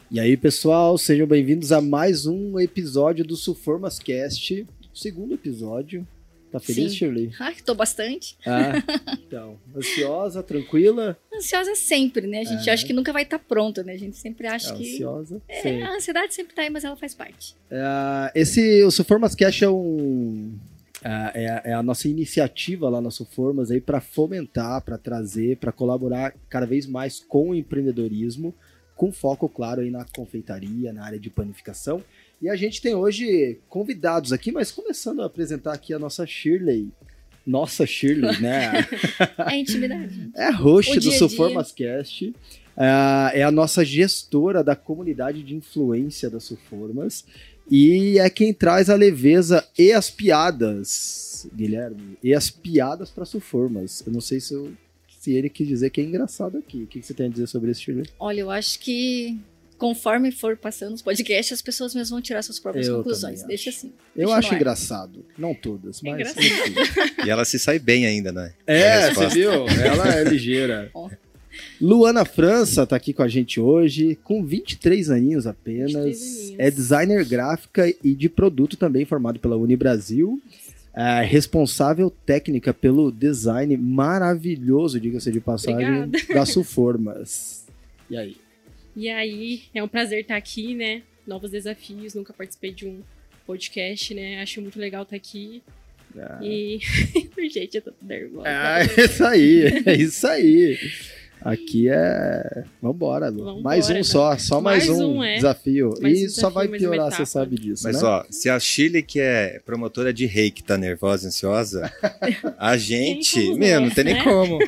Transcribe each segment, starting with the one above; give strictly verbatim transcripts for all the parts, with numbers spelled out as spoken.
E aí, pessoal, sejam bem-vindos a mais um episódio do Suformas Cast, segundo episódio. Tá feliz, Sim. Shirley? Ah, tô bastante. Ah, então, ansiosa, tranquila? Ansiosa sempre, né? A gente É. acha que nunca vai estar pronta, né? A gente sempre acha que... Ansiosa? É, Sim. a ansiedade sempre tá aí, mas ela faz parte. É, esse, o Suformas Cast é um... É, é- é a nossa iniciativa lá no Suformas aí para fomentar, para trazer, para colaborar cada vez mais com o empreendedorismo, com foco, claro, aí na confeitaria, na área de panificação. E a gente tem hoje convidados aqui, mas começando a apresentar aqui a nossa Shirley. Nossa Shirley, né? É intimidade. É a host O do dia a Suformas Cast. É, é a nossa gestora da comunidade de influência da Suformas. E é quem traz a leveza e as piadas, Guilherme. E as piadas para Suformas. Eu não sei se, eu- se ele quis dizer que é engraçado aqui. O que, que você tem a dizer sobre isso, Shirley? Olha, eu acho que conforme for passando os podcasts, as pessoas mesmo vão tirar suas próprias Eu conclusões. também Deixa acho. assim. Eu deixa acho no ar. engraçado. Não todas, É mas engraçado. enfim. E ela se sai bem ainda, né? É, A você resposta. viu? Ela é ligeira. Ó. Luana França tá aqui com a gente hoje, com vinte e três aninhos apenas. vinte e três aninhos. É designer gráfica e de produto também, formado pela Unibrasil. É responsável técnica pelo design maravilhoso, diga-se de passagem, Obrigada. da Suformas. E aí? E aí, é um prazer estar aqui, né? Novos desafios, nunca participei de um podcast, né? Acho muito legal estar aqui. Ah, E. Gente, eu tô nervosa. Ah, é isso aí, é isso aí. Aqui é. Vambora, Lu. Vambora, mais um né? só, só mais, Mais um, um, é. desafio. Mais e um só desafio, vai mais uma piorar, você etapa. sabe disso, Mas né? ó, se a Shirley, que é promotora de reiki, tá nervosa, ansiosa, a gente, Tem como meu, não não, tem nem né? como.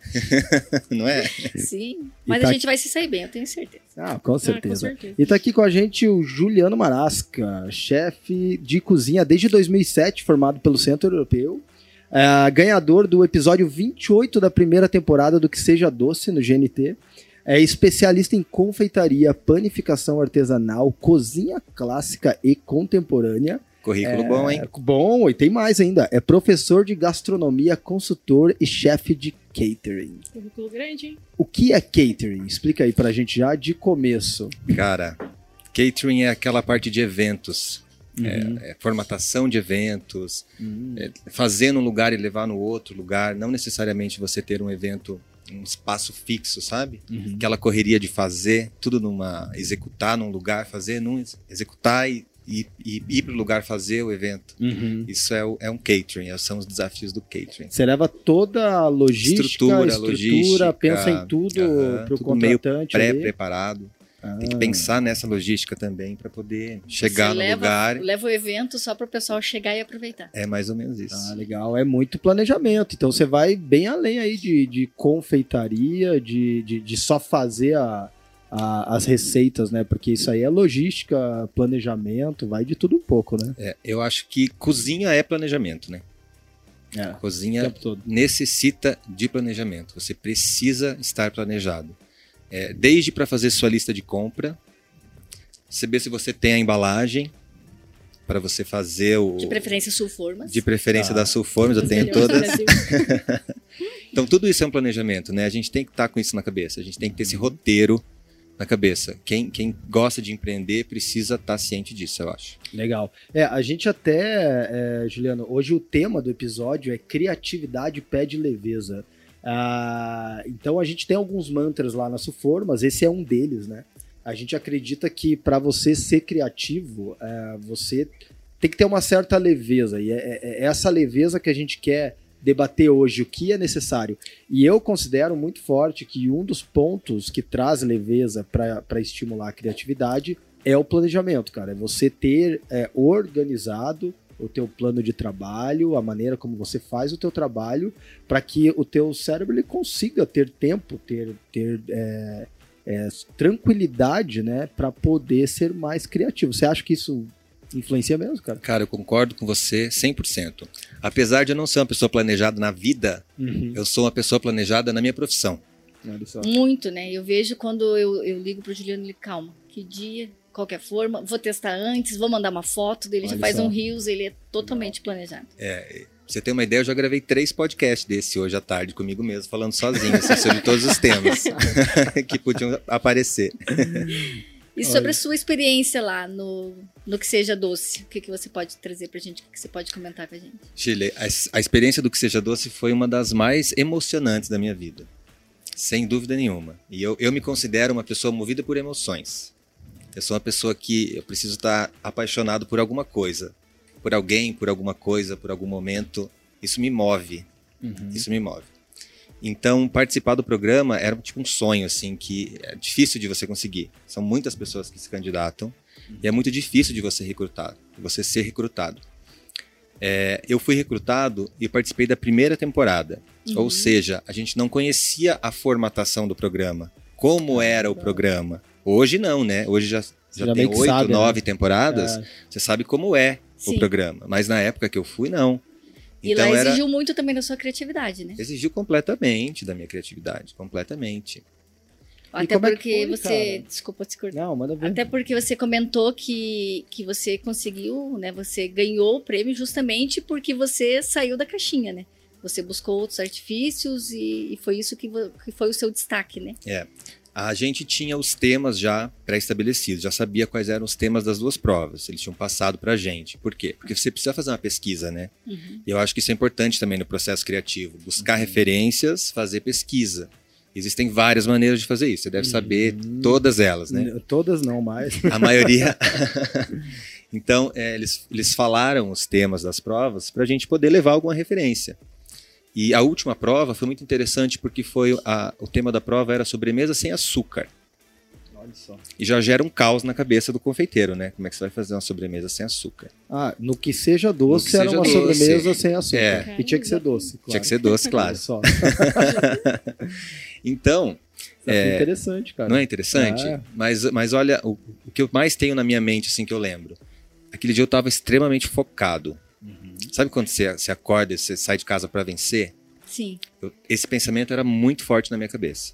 Não é? Sim. Mas tá a gente vai se sair bem, eu tenho certeza. Ah, com Ah, certeza. com certeza. E tá aqui com a gente o Juliano Marasca, chefe de cozinha desde dois mil e sete, formado pelo Centro Europeu. É, ganhador do episódio vinte e oito da primeira temporada do Que Seja Doce no G N T. É especialista em confeitaria, panificação artesanal, cozinha clássica e contemporânea. Currículo É, bom, hein? Bom, e tem mais ainda. É professor de gastronomia, consultor e chefe de catering. Currículo grande, hein? O que é catering? Explica aí pra gente já de começo. Cara, catering é aquela parte de eventos. Uhum. É, é formatação de eventos, Hum. é fazer num lugar e levar no outro lugar. Não necessariamente você ter um evento, um espaço fixo, sabe? Uhum. Aquela correria de fazer, tudo numa. Executar num lugar, fazer num. Executar e, e, e ir para o lugar fazer o evento. Uhum. Isso é, o- é um catering, é- são os desafios do catering. Você leva toda a logística, Estrutura, estrutura, logística, pensa em tudo aham, pro tudo meio contratante. ali. Pré-preparado. Ah. Tem que pensar nessa logística também para poder chegar Você no leva, lugar. leva o evento só para o pessoal chegar e aproveitar. É mais ou menos isso. Ah, legal. É muito planejamento. Então você vai bem além aí de, de confeitaria, de, de, de só fazer a, a- as receitas, né? Porque isso aí é logística, planejamento, vai de tudo um pouco, né? É, eu acho que cozinha é planejamento, né? É, o Cozinha tempo todo. necessita de planejamento. Você precisa estar planejado. É, desde para fazer sua lista de compra, saber se você tem a embalagem para você fazer o. De preferência sulformas. De preferência Tá. da Sulformas, eu As tenho melhores do todas. Brasil. Então tudo isso é um planejamento, né? A gente tem que estar com isso na cabeça, a gente tem que ter esse roteiro na cabeça. Quem, quem gosta de empreender precisa estar ciente disso, eu acho. Legal. É, a gente até, é, Juliano, hoje o tema do episódio é criatividade pede leveza. Ah, então a gente tem alguns mantras lá na Suformas, esse é um deles, né? A gente acredita que para você ser criativo, é, você tem que ter uma certa leveza, e é, é- é essa leveza que a gente quer debater hoje, o que é necessário. E eu considero muito forte que um dos pontos que traz leveza para estimular a criatividade é o planejamento, cara. É você ter é, organizado o teu plano de trabalho, a maneira como você faz o teu trabalho, para que o teu cérebro ele consiga ter tempo, ter, ter é, é, tranquilidade, né, para poder ser mais criativo. Você acha que isso influencia mesmo, cara? Cara, eu concordo com você cem por cento. Apesar de eu não ser uma pessoa planejada na vida, Uhum. eu sou uma pessoa planejada na minha profissão. Olha só. Muito, né? Eu vejo quando eu, eu ligo pro Juliano, ele, calma, que dia, qualquer forma, vou testar antes, vou mandar uma foto dele, já Olha faz só. um reels, ele é totalmente planejado. Pra você ter uma ideia, eu já gravei três podcasts desse hoje à tarde comigo mesmo, falando sozinho, assim, sobre todos os temas que podiam aparecer. E sobre a sua experiência lá no, no Que Seja Doce, o que, que você pode trazer pra gente, o que, que você pode comentar com a gente? Chile, a, a experiência do Que Seja Doce foi uma das mais emocionantes da minha vida, sem dúvida nenhuma. E eu, eu me considero uma pessoa movida por emoções. Eu sou uma pessoa que eu preciso estar apaixonado por alguma coisa, por alguém, por alguma coisa, por algum momento. Isso me move, uhum. Isso me move. Então, participar do programa era tipo um sonho, assim, que é difícil de você conseguir. São muitas pessoas que se candidatam uhum. E é muito difícil de você recrutar, de você ser recrutado. É, eu fui recrutado e participei da primeira temporada. Uhum. Ou seja, a gente não conhecia a formatação do programa, como era o programa. Hoje não, né? Hoje já, já, já tem oito, sabe, nove né? temporadas. É. Você sabe como é Sim. o programa. Mas na época que eu fui, não. E então lá exigiu era... muito também da sua criatividade, né? Exigiu completamente da minha criatividade, completamente. Até porque é foi, você... Cara? Desculpa te cortar. Não, manda ver. Até porque você comentou que, que você conseguiu, né? Você ganhou o prêmio justamente porque você saiu da caixinha, né? Você buscou outros artifícios e, e foi isso que, que foi o seu destaque, né? É. A gente tinha os temas já pré-estabelecidos, já sabia quais eram os temas das duas provas. Eles tinham passado pra gente. Por quê? Porque você precisa fazer uma pesquisa, né? Uhum. E eu acho que isso é importante também no processo criativo. Buscar uhum. referências, fazer pesquisa. Existem várias maneiras de fazer isso. Você deve saber uhum. todas elas, né? Todas não, mas... A maioria... Então, é, eles, eles falaram os temas das provas pra gente poder levar alguma referência. E a última prova foi muito interessante porque foi a, o tema da prova era sobremesa sem açúcar. Olha só. E já gera um caos na cabeça do confeiteiro, né? Como é que você vai fazer uma sobremesa sem açúcar? Ah, no Que Seja Doce que era seja uma doce. sobremesa sem açúcar. É. E tinha que ser doce, claro. Tinha que ser doce, claro. Só. Então... É interessante, cara. Não é interessante? É. Mas, mas olha, o, o que eu mais tenho na minha mente, assim, que eu lembro. Aquele dia eu estava extremamente focado. Uhum. Sabe quando você, você acorda e você sai de casa para vencer? Sim. Eu, esse pensamento era muito forte na minha cabeça.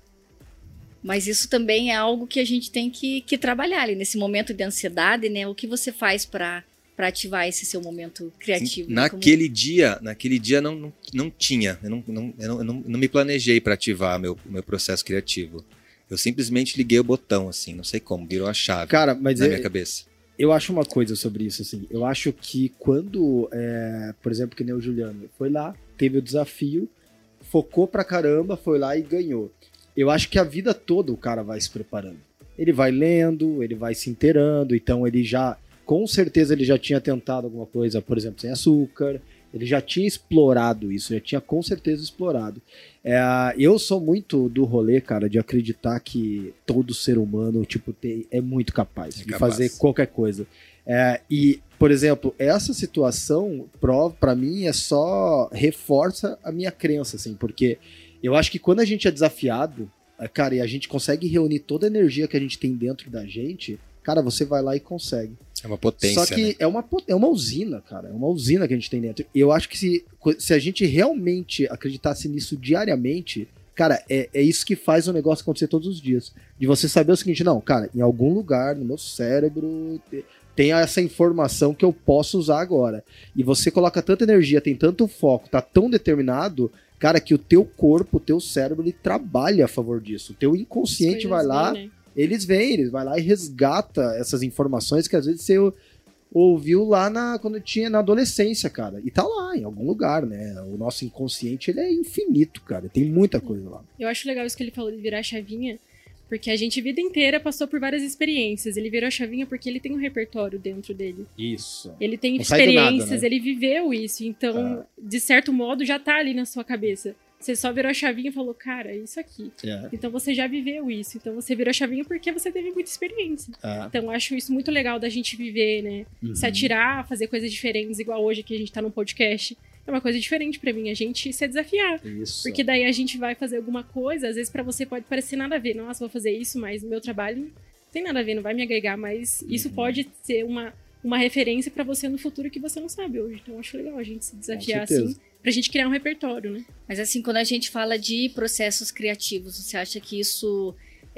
Mas isso também é algo que a gente tem que, que trabalhar ali nesse momento de ansiedade, né? O que você faz para para ativar esse seu momento criativo? Sim, naquele como... dia, naquele dia não, não, não tinha. Eu não, não, eu não, eu não, não me planejei para ativar meu, meu processo criativo. Eu simplesmente liguei o botão, assim, não sei como, virou a chave Cara, mas na eu, minha cabeça. Eu acho uma coisa sobre isso, assim. Eu acho que quando, é, por exemplo, que nem o Juliano foi lá, teve o desafio, focou pra caramba, foi lá e ganhou. Eu acho que a vida toda o cara vai se preparando. Ele vai lendo, ele vai se inteirando, então ele já, com certeza ele já tinha tentado alguma coisa, por exemplo, sem açúcar, ele já tinha explorado isso, já tinha com certeza explorado. É, eu sou muito do rolê, cara, de acreditar que todo ser humano, tipo, tem, é muito capaz é de capaz. fazer qualquer coisa. É, e, por exemplo, essa situação, prova, pra mim, é só reforça a minha crença, assim, porque eu acho que quando a gente é desafiado, cara, e a gente consegue reunir toda a energia que a gente tem dentro da gente, cara, você vai lá e consegue. É uma potência, Só que né? é, uma, é uma usina, cara. É uma usina que a gente tem dentro. E eu acho que se, se a gente realmente acreditasse nisso diariamente, cara, é, é isso que faz o negócio acontecer todos os dias. De você saber o seguinte, não, cara, em algum lugar no meu cérebro tem essa informação que eu posso usar agora. E você coloca tanta energia, tem tanto foco, tá tão determinado, cara, que o teu corpo, o teu cérebro, ele trabalha a favor disso. O teu inconsciente vai lá... Bem, né? Eles vêm, eles vai lá e resgata essas informações que às vezes você ouviu lá na, quando tinha na adolescência, cara. E tá lá, em algum lugar, né? O nosso inconsciente, ele é infinito, cara. Tem muita coisa lá. Eu acho legal isso que ele falou de virar a chavinha, porque a gente a vida inteira passou por várias experiências. Ele virou a chavinha porque ele tem um repertório dentro dele. Isso. Ele tem Não experiências, nada, né? Ele viveu isso. Então, ah. de certo modo, já tá ali na sua cabeça. Você só virou a chavinha e falou, cara, é isso aqui. Yeah. Então você já viveu isso. Então você virou a chavinha porque você teve muita experiência. Ah. Então eu acho isso muito legal da gente viver, né? Uhum. Se atirar, fazer coisas diferentes, igual hoje que a gente tá num podcast. É uma coisa diferente pra mim, a gente se desafiar. Isso. Porque daí a gente vai fazer alguma coisa, às vezes pra você pode parecer nada a ver. Nossa, vou fazer isso, mas no meu trabalho não tem nada a ver, não vai me agregar. Mas isso uhum. pode ser uma, uma referência pra você no futuro que você não sabe hoje. Então eu acho legal a gente se desafiar assim. Pra gente criar um repertório, né? Mas assim, quando a gente fala de processos criativos, você acha que isso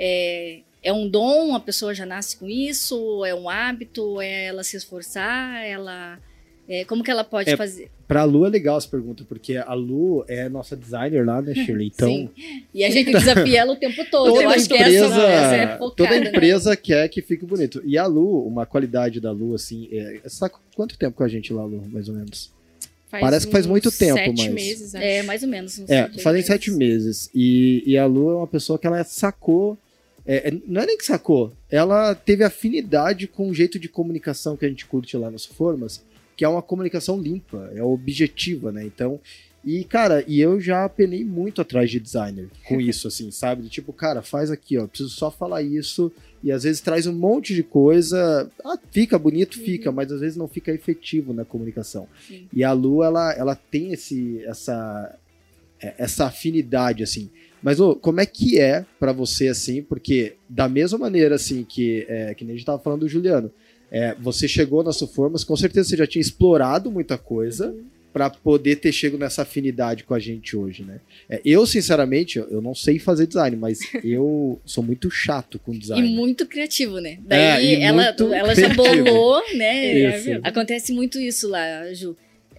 é, é um dom? A pessoa já nasce com isso? É um hábito? É ela se esforçar? Ela É, como que ela pode é, fazer? Pra Lu é legal essa pergunta, porque a Lu é nossa designer lá, né, Shirley? Então... Sim. E a gente desafia ela o tempo todo. Toda Eu acho empresa, que essa, essa é focada, toda empresa né? quer que fique bonito. E a Lu, uma qualidade da Lu, assim... É, você tá quanto tempo com a gente lá, Lu, mais ou menos? Faz Parece que faz muito tempo, sete mas... meses, acho. É, mais ou menos. Uns É, sete, fazem meses. sete meses. E, e a Lu é uma pessoa que ela sacou... É, não é nem que sacou. Ela teve afinidade com o jeito de comunicação que a gente curte lá nas formas, que é uma comunicação limpa, é objetiva, né? Então, e cara, e eu já penei muito atrás de designer com isso, assim, sabe? Tipo, cara, faz aqui, ó, preciso só falar isso, e às vezes traz um monte de coisa, ah, fica bonito, Uhum. fica, mas às vezes não fica efetivo na comunicação. Sim. E a Lu, ela, ela tem esse, essa, essa afinidade, assim. Mas, ô, como é que é pra você, assim, porque da mesma maneira, assim, que, é, que nem a gente tava falando do Juliano, É, você chegou na Suformas, com certeza você já tinha explorado muita coisa Uhum. para poder ter chego nessa afinidade com a gente hoje, né? É, eu, sinceramente, eu não sei fazer design, mas eu sou muito chato com E design. muito criativo, né? É, Daí e ela, muito ela já criativo. bolou, né? Isso. Acontece muito isso lá, Ju.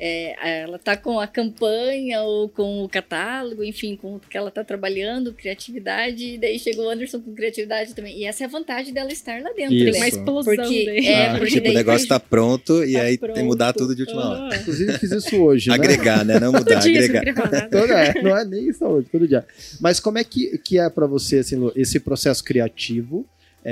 É, ela tá com a campanha ou com o catálogo, enfim, com o que ela tá trabalhando, criatividade, e daí chegou o Anderson com criatividade também. E essa é a vantagem dela estar lá dentro, Isso. né? Tem uma explosão Porque, daí. é, Ah, porque Tipo, o daí negócio faz- tá pronto e Tá aí pronto. tem que mudar tudo de última hora. Aham. Inclusive, eu fiz isso hoje, né? Agregar, né? Não Todo mudar, dia você não agregar. queria falar nada. Toda, é, não é nem só hoje, todo dia. Mas como é que, que é pra você, assim, Lu, esse processo criativo?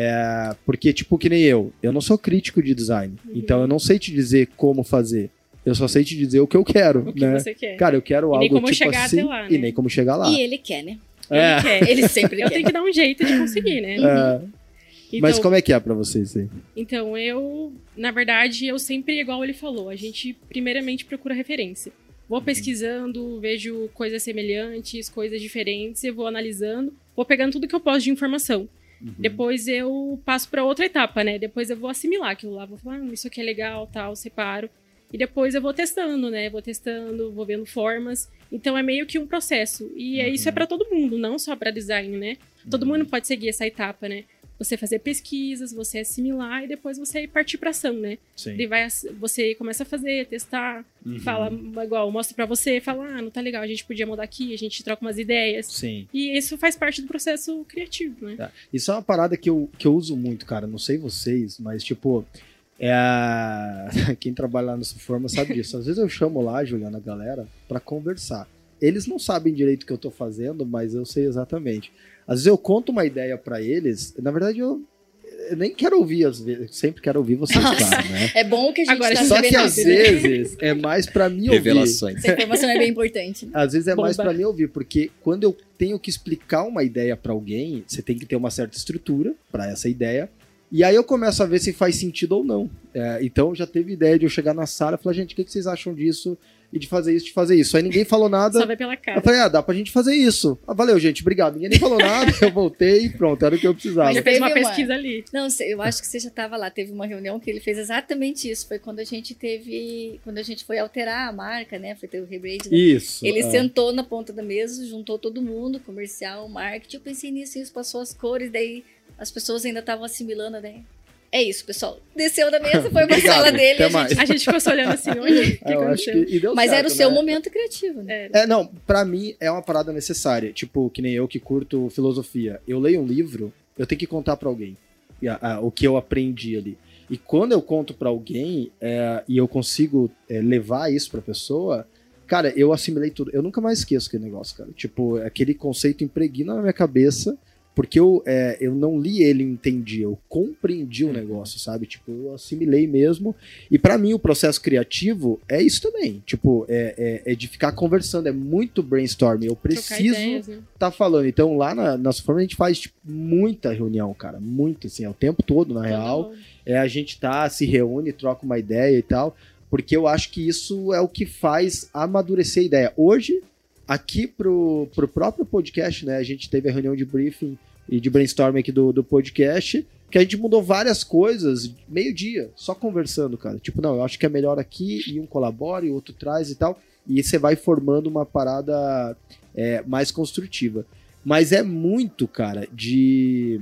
É, porque, tipo, que nem eu, eu não sou crítico de design, Uhum. então eu não sei te dizer como fazer. Eu só sei te dizer o que eu quero, O que né? você quer. Cara, eu quero E nem algo como tipo chegar assim até lá, e né? nem como chegar lá. E ele quer, né? É, Ele quer. Ele sempre Eu quer. tenho que dar um jeito de conseguir, né? é. Então, Mas como é que é pra vocês aí? então, eu, na verdade, eu sempre, igual ele falou, a gente primeiramente procura referência. Vou pesquisando, vejo coisas semelhantes, coisas diferentes, eu vou analisando, vou pegando tudo que eu posso de informação. Uhum. Depois eu passo para outra etapa, né? Depois eu vou assimilar aquilo lá, vou falar, ah, isso aqui é legal, tal, separo. E depois eu vou testando, né? Vou testando, vou vendo formas. Então é meio que um processo. E é, isso é para todo mundo, não só para design, né? Todo mundo pode seguir essa etapa, né? Você fazer pesquisas, você assimilar e depois você partir para ação, né? Sim. Ele vai, você começa a fazer, testar, Uhum. fala igual, mostra para você, fala, ah, não tá legal, a gente podia mudar aqui, a gente troca umas ideias. Sim. E isso faz parte do processo criativo, né? Tá. Isso é uma parada que eu, que eu uso muito, cara. Não sei vocês, mas tipo, é a... quem trabalha lá no Suforma sabe disso. Às vezes eu chamo lá, Juliana, a galera, pra conversar. Eles não sabem direito o que eu tô fazendo, mas eu sei exatamente. Às vezes eu conto uma ideia pra eles, na verdade eu, eu nem quero ouvir, às vezes, sempre quero ouvir vocês, claro, né? É bom que a gente Agora, tá Só sabendo que às isso, né? vezes é mais pra mim ouvir. Revelações. Essa informação é bem importante. Às vezes é mais Bomba. pra mim ouvir, porque quando eu tenho que explicar uma ideia pra alguém, você tem que ter uma certa estrutura pra essa ideia. E aí eu começo a ver se faz sentido ou não. É, então já teve ideia de eu chegar na sala e falar, gente, o que que vocês acham disso? E de fazer isso, de fazer isso. Aí ninguém falou nada. Só vai pela cara. Eu falei, ah, dá pra gente fazer isso. Ah, valeu, gente, obrigado. Ninguém nem falou nada, eu voltei e pronto, era o que eu precisava. Mas já fez uma Teve uma- pesquisa ali. Não, sei, eu acho que você já estava lá. Teve uma reunião que ele fez exatamente isso. Foi quando a gente teve. Quando a gente foi alterar a marca, né? Foi ter o rebrand. Né? Isso. Ele é. sentou na ponta da mesa, juntou todo mundo, comercial, marketing. Eu pensei nisso, isso, passou as cores, daí as pessoas ainda estavam assimilando, né? É isso, pessoal. Desceu da mesa, foi pra Obrigado, sala dele. até a gente- mais. A gente ficou só olhando assim, olha, o que É, eu acho aconteceu? que, e deu Mas certo, era o seu né? momento criativo, né? É, É, não, pra mim é uma parada necessária. Tipo, que nem eu que curto filosofia. Eu leio um livro, eu tenho que contar pra alguém e a- a- o que eu aprendi ali. E quando eu conto pra alguém é, e eu consigo é, levar isso pra pessoa, cara, eu assimilei tudo. Eu nunca mais esqueço aquele negócio, cara. Tipo, aquele conceito impregna na minha cabeça. Porque eu, é, eu não li ele e entendi, eu compreendi o negócio, sabe? Tipo, eu assimilei mesmo. E pra mim o processo criativo é isso também. Tipo, é, é, é de ficar conversando, é muito brainstorming. Eu trocar preciso ideias, né? tá falando. Então lá na nossa forma a gente faz tipo, muita reunião, cara. Muito, assim, é o tempo todo, na real. Todo- É a gente tá, se reúne, troca uma ideia e tal. Porque eu acho que isso é o que faz amadurecer a ideia. Hoje, aqui pro, pro próprio podcast, né? A gente teve a reunião de briefing e de brainstorming aqui do, do podcast, que a gente mudou várias coisas meio-dia, só conversando, cara. Tipo, não, eu acho que é melhor aqui, e um colabora, e o outro traz e tal. E você vai formando uma parada é, mais construtiva. Mas é muito, cara, de...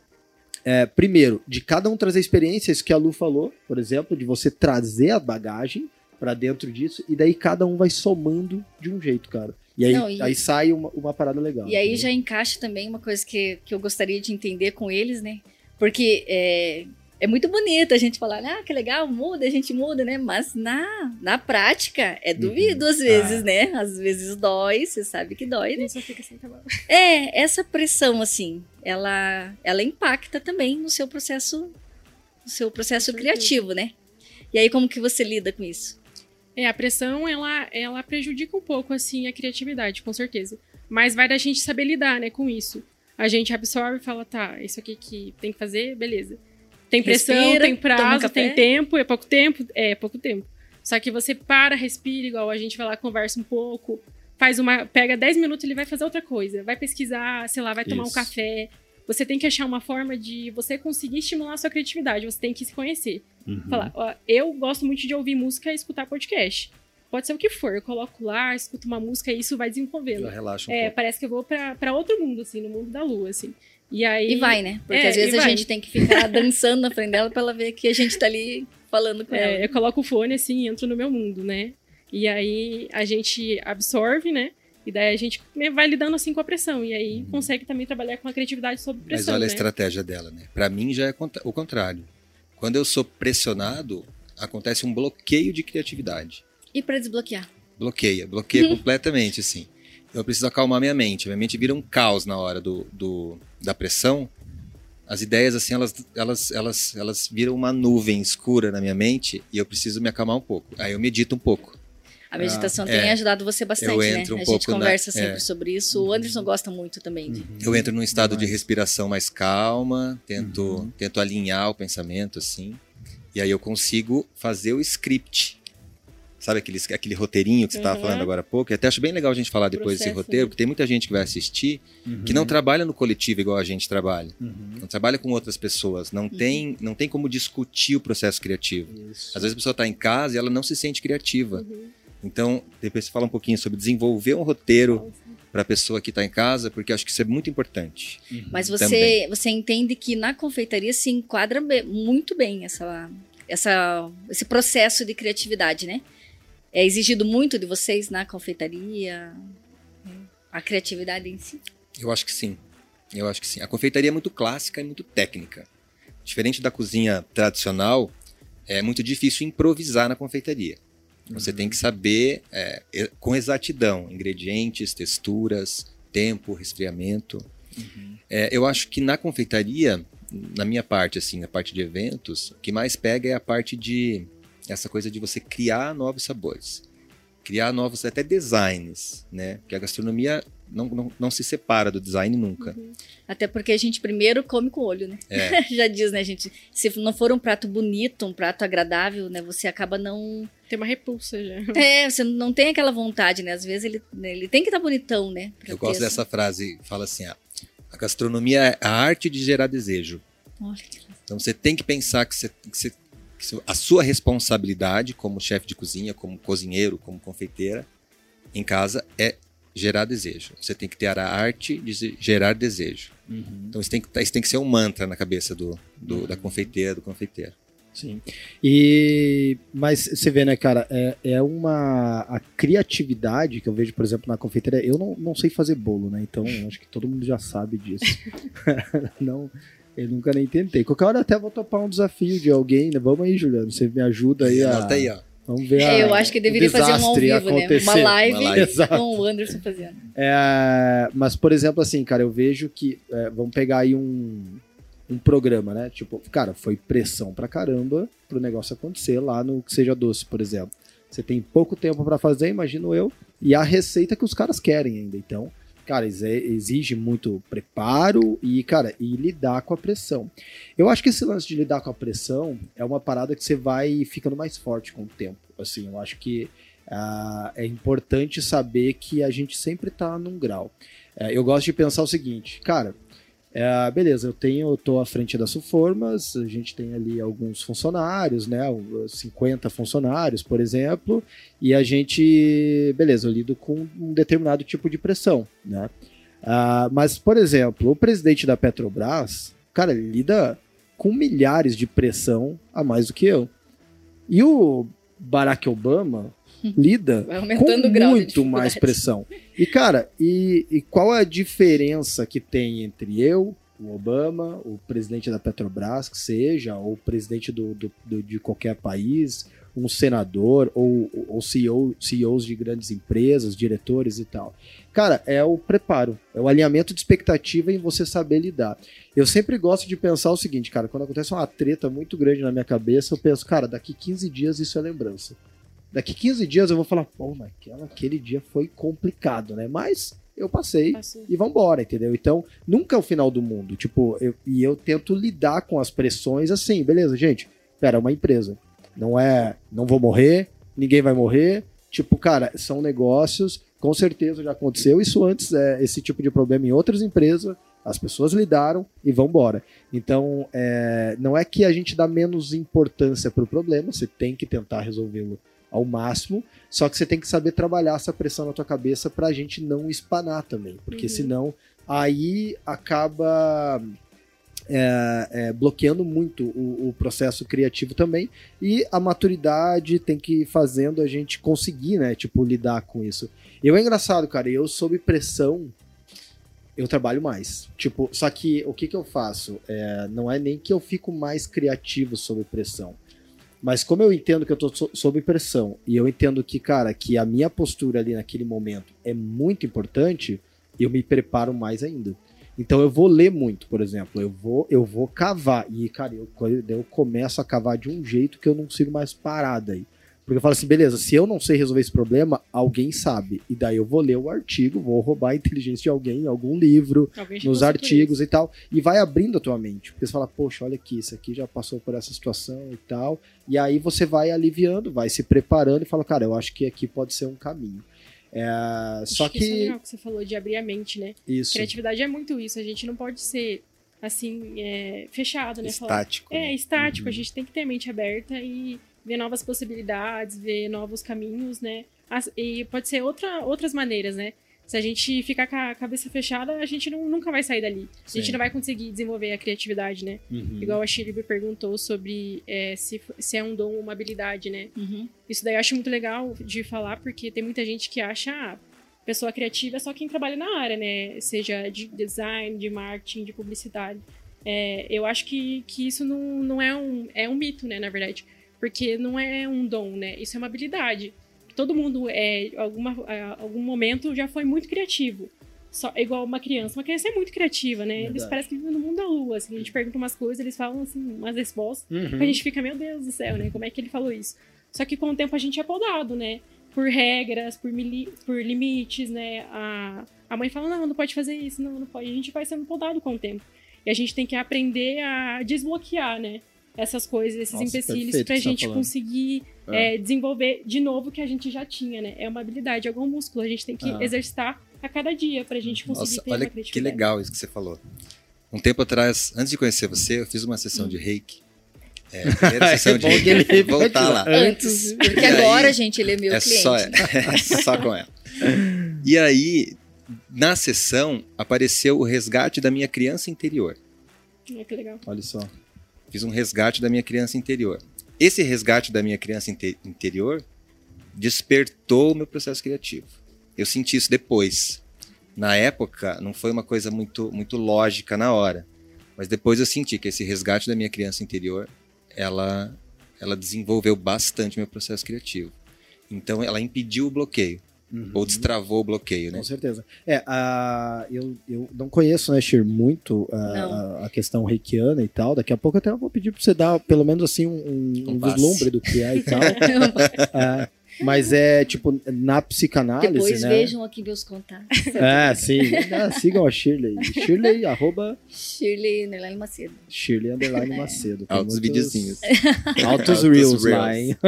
É, primeiro, de cada um trazer experiências que a Lu falou, por exemplo, de você trazer a bagagem, pra dentro disso, e daí cada um vai somando de um jeito, cara. E aí, Não, e... aí sai uma, uma parada legal. E aí né? já encaixa também uma coisa que, que eu gostaria de entender com eles, né? Porque é, é muito bonito a gente falar, ah, que legal, muda, a gente muda, né? Mas na, na prática é duvido uhum. às vezes, ah. né? Às vezes dói, você sabe que dói, né? Só fica assim, tá bom. É, essa pressão, assim, ela, ela impacta também no seu processo, no seu processo criativo, né? E aí, como que você lida com isso? É, a pressão, ela, ela prejudica um pouco, assim, a criatividade, com certeza. Mas vai da gente saber lidar, né, com isso. A gente absorve e fala, tá, isso aqui que tem que fazer, beleza. Tem pressão, respira, tem prazo, um tem tempo, é pouco tempo, é pouco tempo. Só que você para, respira, igual a gente vai lá, conversa um pouco, faz uma, pega dez minutos, ele vai fazer outra coisa, vai pesquisar, sei lá, vai tomar isso. um café. Você tem que achar uma forma de você conseguir estimular a sua criatividade, você tem que se conhecer. Uhum. Falar, ó, eu gosto muito de ouvir música e escutar podcast. Pode ser o que for, eu coloco lá, escuto uma música e isso vai desenvolvendo. Já relaxa um é, pouco. Parece que eu vou pra, pra outro mundo, assim, no mundo da lua, assim. E aí... E vai, né? Porque é, às vezes a vai. gente tem que ficar dançando na frente dela pra ela ver que a gente tá ali falando com é, ela. Eu coloco o fone, assim, e entro no meu mundo, né? E aí a gente absorve, né? E daí a gente vai lidando assim com a pressão. E aí uhum. consegue também trabalhar com a criatividade sob pressão. Mas olha né? a estratégia dela, né? Pra mim já é o contrário. Quando eu sou pressionado, acontece um bloqueio de criatividade. E pra desbloquear? Bloqueia, bloqueia completamente, assim. Eu preciso acalmar minha mente. Minha mente vira um caos na hora do, do, da pressão. As ideias, assim, elas, elas, elas, elas viram uma nuvem escura na minha mente e eu preciso me acalmar um pouco. Aí eu medito um pouco. A meditação ah, tem é, ajudado você bastante, né? Um a pouco gente conversa na, sempre é. sobre isso. O Anderson gosta muito também. De... Eu entro num estado Demais. de respiração mais calma, tento, uhum. tento alinhar o pensamento, assim. E aí eu consigo fazer o script. Sabe aquele, aquele roteirinho que você estava uhum. falando agora há pouco? E até acho bem legal a gente falar depois Processo, desse roteiro, né? Porque tem muita gente que vai assistir uhum. que não trabalha no coletivo igual a gente trabalha. Uhum. Não trabalha com outras pessoas. Não, uhum. tem, não tem como discutir o processo criativo. Isso. Às vezes a pessoa está em casa e ela não se sente criativa. Uhum. Então, depois você fala um pouquinho sobre desenvolver um roteiro para a pessoa que está em casa, porque acho que isso é muito importante. Uhum. Mas você, você entende que na confeitaria se enquadra bem, muito bem essa, essa, esse processo de criatividade, né? É exigido muito de vocês na confeitaria, a criatividade em si? Eu acho que sim. Eu acho que sim. A confeitaria é muito clássica e muito técnica. Diferente da cozinha tradicional, é muito difícil improvisar na confeitaria. Você uhum. tem que saber é, com exatidão ingredientes, texturas, tempo, resfriamento. Uhum. É, eu acho que na confeitaria, na minha parte, assim, na parte de eventos, o que mais pega é a parte de essa coisa de você criar novos sabores, criar novos até designs, né? Porque a gastronomia não, não, não se separa do design nunca. Uhum. Até porque a gente primeiro come com o olho, né? É. Já diz, né, gente? Se não for um prato bonito, um prato agradável, né? Você acaba não... Tem uma repulsa já. É, você não tem aquela vontade, né? Às vezes ele, ele tem que estar bonitão, né? Eu gosto dessa frase, fala assim, ah, a gastronomia é a arte de gerar desejo. Olha que... Então você tem que pensar que, você, que, você, que a sua responsabilidade como chefe de cozinha, como cozinheiro, como confeiteira, em casa é gerar desejo. Você tem que ter a arte de gerar desejo. Uhum. Então isso tem, que, isso tem que ser um mantra na cabeça do, do, uhum. da confeiteira, do confeiteiro. Sim. E, mas você vê, né, cara, é, é uma a criatividade que eu vejo, por exemplo, na confeiteira. Eu não, não sei fazer bolo, né? Então acho que todo mundo já sabe disso. Não, eu nunca nem tentei. Qualquer hora até vou topar um desafio de alguém, né? Vamos aí, Juliano, você me ajuda aí a... Anota aí, ó. Vamos ver é, a, eu acho que deveria fazer um ao vivo, acontecer. né? Uma live, uma live. com o Anderson fazendo. É, mas, por exemplo, assim, cara, eu vejo que... É, vamos pegar aí um... um programa, né? Tipo, cara, foi pressão pra caramba pro negócio acontecer lá no Que Seja Doce, por exemplo. Você tem pouco tempo pra fazer, imagino eu, e a receita que os caras querem ainda. Então, cara, exige muito preparo e, cara, e lidar com a pressão. Eu acho que esse lance de lidar com a pressão é uma parada que você vai ficando mais forte com o tempo. Assim, eu acho que uh, é importante saber que a gente sempre tá num grau. Uh, eu gosto de pensar o seguinte, cara, É, beleza, eu tenho, eu tô à frente da Suformas, a gente tem ali alguns funcionários, né, cinquenta funcionários, por exemplo, e a gente, beleza, eu lido com um determinado tipo de pressão, né, uh, mas, por exemplo, o presidente da Petrobras, cara, ele lida com milhares de pressão a mais do que eu, e o Barack Obama lida com muito mais pressão. E, cara, e, e qual é a diferença que tem entre eu, o Obama, o presidente da Petrobras, que seja, ou o presidente do, do, do, de qualquer país, um senador, ou, ou C E O, C E Os de grandes empresas, diretores e tal. Cara, é o preparo, é o alinhamento de expectativa em você saber lidar. Eu sempre gosto de pensar o seguinte, cara, quando acontece uma treta muito grande na minha cabeça, eu penso, cara, daqui quinze dias isso é lembrança. Daqui quinze dias eu vou falar, pô, mas aquela, aquele dia foi complicado, né? Mas eu passei Passei. e vambora, entendeu? Então, nunca é o final do mundo. Tipo, eu, e eu tento lidar com as pressões assim, beleza, gente? Pera, é uma empresa. Não é, não vou morrer, ninguém vai morrer. Tipo, cara, são negócios, com certeza já aconteceu isso antes, é, esse tipo de problema em outras empresas, as pessoas lidaram e vambora. Então, é, não é que a gente dá menos importância pro problema, você tem que tentar resolvê-lo ao máximo, só que você tem que saber trabalhar essa pressão na tua cabeça pra gente não espanar também, porque uhum. senão aí acaba é, é, bloqueando muito o, o processo criativo também, e a maturidade tem que ir fazendo a gente conseguir, né, tipo, lidar com isso. E é engraçado, cara, eu sob pressão eu trabalho mais, tipo, só que o que que eu faço? É, não é nem que eu fico mais criativo sob pressão, mas como eu entendo que eu tô so- sob pressão e eu entendo que, cara, que a minha postura ali naquele momento é muito importante, eu me preparo mais ainda. Então eu vou ler muito, por exemplo, eu vou, eu vou cavar. E, cara, eu, eu começo a cavar de um jeito que eu não consigo mais parar daí. Porque eu falo assim, beleza, se eu não sei resolver esse problema, alguém sabe. E daí eu vou ler o artigo, vou roubar a inteligência de alguém em algum livro, nos artigos e tal. E vai abrindo a tua mente. Porque você fala, poxa, olha aqui, isso aqui já passou por essa situação e tal. E aí você vai aliviando, vai se preparando e fala, cara, eu acho que aqui pode ser um caminho. É, só que... Isso é legal que você falou de abrir a mente, né? Isso. Criatividade é muito isso. A gente não pode ser, assim, é, fechado, né? Estático. Falar, né? É, estático. Uhum. A gente tem que ter a mente aberta e ver novas possibilidades, ver novos caminhos, né? As, e pode ser outra, outras maneiras, né? Se a gente ficar com a cabeça fechada, a gente não, nunca vai sair dali. Sim. A gente não vai conseguir desenvolver a criatividade, né? Uhum. Igual a Shirley me perguntou sobre é, se, se é um dom ou uma habilidade, né? Uhum. Isso daí eu acho muito legal de falar, porque tem muita gente que acha ah, pessoa criativa é só quem trabalha na área, né? Seja de design, de marketing, de publicidade. É, eu acho que, que isso não, não é um... É um mito, né, na verdade. Porque não é um dom, né? Isso é uma habilidade. Todo mundo, é, alguma, algum momento, já foi muito criativo. Só, igual uma criança. Uma criança é muito criativa, né? Verdade. Eles parecem que vivem no mundo da lua. Assim, a gente pergunta umas coisas, eles falam assim, umas respostas. Uhum. A gente fica, meu Deus do céu, né? Como é que ele falou isso? Só que com o tempo a gente é podado, né? Por regras, por, mili- por limites, né? A, a mãe fala, não, não pode fazer isso, não, não pode. A gente vai sendo podado com o tempo. E a gente tem que aprender a desbloquear, né? Essas coisas, esses Nossa, empecilhos pra gente tá conseguir é. É, desenvolver de novo o que a gente já tinha, né? É uma habilidade, é algum músculo. A gente tem que ah. exercitar a cada dia pra gente conseguir Nossa, ter olha uma criatividade. Que legal isso que você falou. Um tempo atrás, antes de conhecer você, eu fiz uma sessão hum. de reiki. É, a primeira sessão de reiki. Ele voltar lá. Antes. Porque aí, agora, gente, ele é meu é cliente. Só, é, é só com ela. E aí, na sessão, apareceu o resgate da minha criança interior. É, que legal. Olha só. Fiz um resgate da minha criança interior. Esse resgate da minha criança inte- interior despertou o meu processo criativo. Eu senti isso depois. Na época, não foi uma coisa muito, muito lógica na hora. Mas depois eu senti que esse resgate da minha criança interior, ela, ela desenvolveu bastante meu processo criativo. Então, ela impediu o bloqueio. Uhum. Ou destravou o bloqueio, né? Com certeza. É, a, eu, eu não conheço, né, Shir, muito a, a, a questão reikiana e tal. Daqui a pouco até eu vou pedir pra você dar pelo menos assim um, um, um vislumbre do que é e tal. é, mas é tipo, na psicanálise, Depois né? vejam aqui meus contatos. É, sim. É, sigam a Shirley. Shirley, arroba... Shirley Underline Macedo. Shirley Underline Macedo. Altos muitos... videozinhos. Altos reels lá, hein?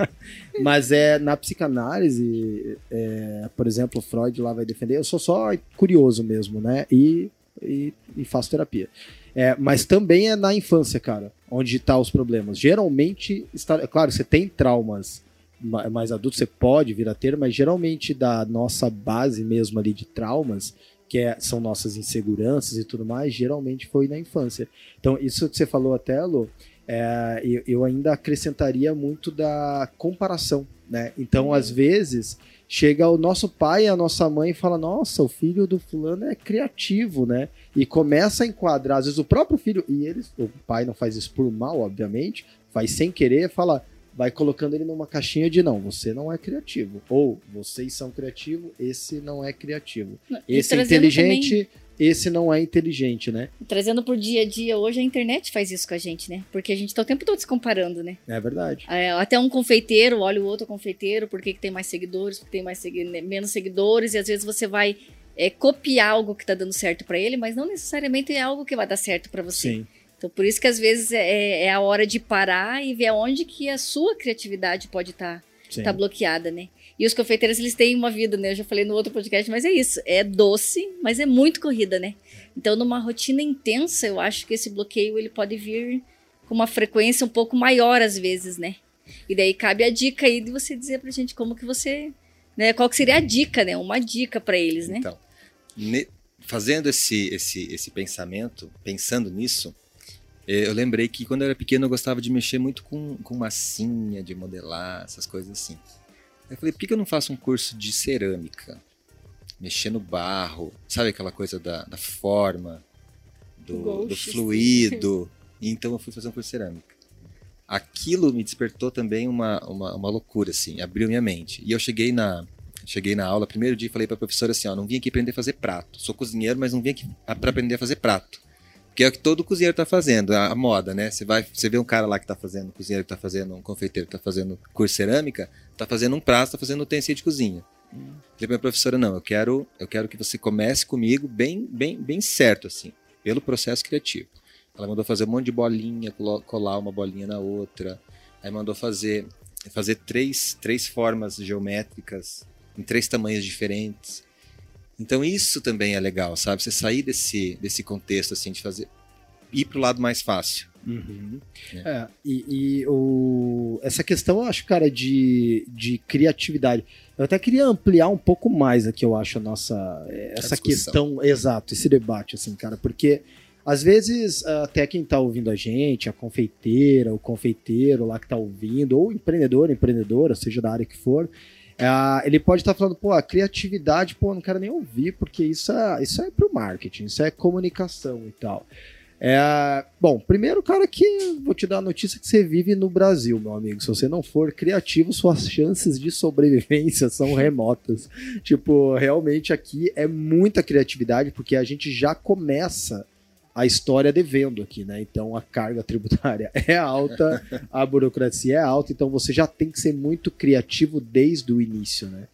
Mas é, na psicanálise, é, por exemplo, Freud lá vai defender. Eu sou só curioso mesmo, né? E, e, e faço terapia. É, mas também é na infância, cara, onde tá os problemas. Geralmente, está, é claro, você tem traumas mais adulto, você pode vir a ter, mas geralmente da nossa base mesmo ali de traumas, que é, são nossas inseguranças e tudo mais, geralmente foi na infância. Então, isso que você falou até, Lu, é, eu, eu ainda acrescentaria muito da comparação, né? Então, uhum. às vezes, chega o nosso pai e a nossa mãe e fala, nossa, o filho do fulano é criativo, né? E começa a enquadrar, às vezes o próprio filho, e eles, o pai não faz isso por mal, obviamente, faz sem querer, fala, vai colocando ele numa caixinha de não, você não é criativo, ou vocês são criativos, esse não é criativo. Esse é inteligente, também... esse não é inteligente, né? Trazendo pro dia a dia, hoje a internet faz isso com a gente, né? Porque a gente tá o tempo todo se comparando, né? É verdade. É, até um confeiteiro, olha o outro confeiteiro, por que que tem mais seguidores, por que tem mais segui- menos seguidores, e às vezes você vai é, copiar algo que tá dando certo para ele, mas não necessariamente é algo que vai dar certo para você. Sim. Então, por isso que às vezes é, é a hora de parar e ver onde que a sua criatividade pode estar tá, tá bloqueada, né? E os confeiteiros, eles têm uma vida, né? Eu já falei no outro podcast, mas é isso. É doce, mas é muito corrida, né? Então, numa rotina intensa, eu acho que esse bloqueio, ele pode vir com uma frequência um pouco maior, às vezes, né? E daí cabe a dica aí de você dizer pra gente como que você... né? Qual que seria a dica, né? Uma dica pra eles, né? Então, ne- fazendo esse, esse, esse pensamento, pensando nisso, eu lembrei que quando eu era pequeno eu gostava de mexer muito com, com massinha, de modelar, essas coisas assim. Eu falei, por que eu não faço um curso de cerâmica? Mexer no barro, sabe aquela coisa da, da forma, do, Gosto, do fluido. E então eu fui fazer um curso de cerâmica. Aquilo me despertou também uma, uma, uma loucura, assim, abriu minha mente. E eu cheguei na, cheguei na aula, primeiro dia, falei pra professora assim, ó, não vim aqui aprender a fazer prato. Sou cozinheiro, mas não vim aqui para aprender a fazer prato. Que é o que todo cozinheiro tá fazendo, a, a moda, né? Você vai, você vê um cara lá que tá fazendo, um cozinheiro que tá fazendo, um confeiteiro que tá fazendo curso de cerâmica, tá fazendo um prato, tá fazendo um utensílio de cozinha. Hum. Falei pra minha professora, não, eu quero, eu quero que você comece comigo bem, bem, bem certo, assim, pelo processo criativo. Ela mandou fazer um monte de bolinha, colar uma bolinha na outra, aí mandou fazer, fazer três, três formas geométricas em três tamanhos diferentes. Então isso também é legal, sabe? Você sair desse, desse contexto, assim, de fazer... ir pro lado mais fácil. Uhum. É. É, e e o... essa questão, eu acho, cara, de, de criatividade. Eu até queria ampliar um pouco mais aqui, eu acho, a nossa... essa a questão, exato, esse debate, assim, cara, porque às vezes até quem tá ouvindo a gente, a confeiteira, o confeiteiro lá que tá ouvindo, ou empreendedor, empreendedora, seja da área que for... Uh, ele pode estar tá falando, pô, a criatividade, pô, não quero nem ouvir, porque isso é, isso é pro marketing, isso é comunicação e tal. É, bom, primeiro, cara, que vou te dar a notícia que você vive no Brasil, meu amigo. Se você não for criativo, suas chances de sobrevivência são remotas. Tipo, realmente aqui é muita criatividade, porque a gente já começa a história devendo aqui, né? Então a carga tributária é alta, a burocracia é alta, então você já tem que ser muito criativo desde o início, né?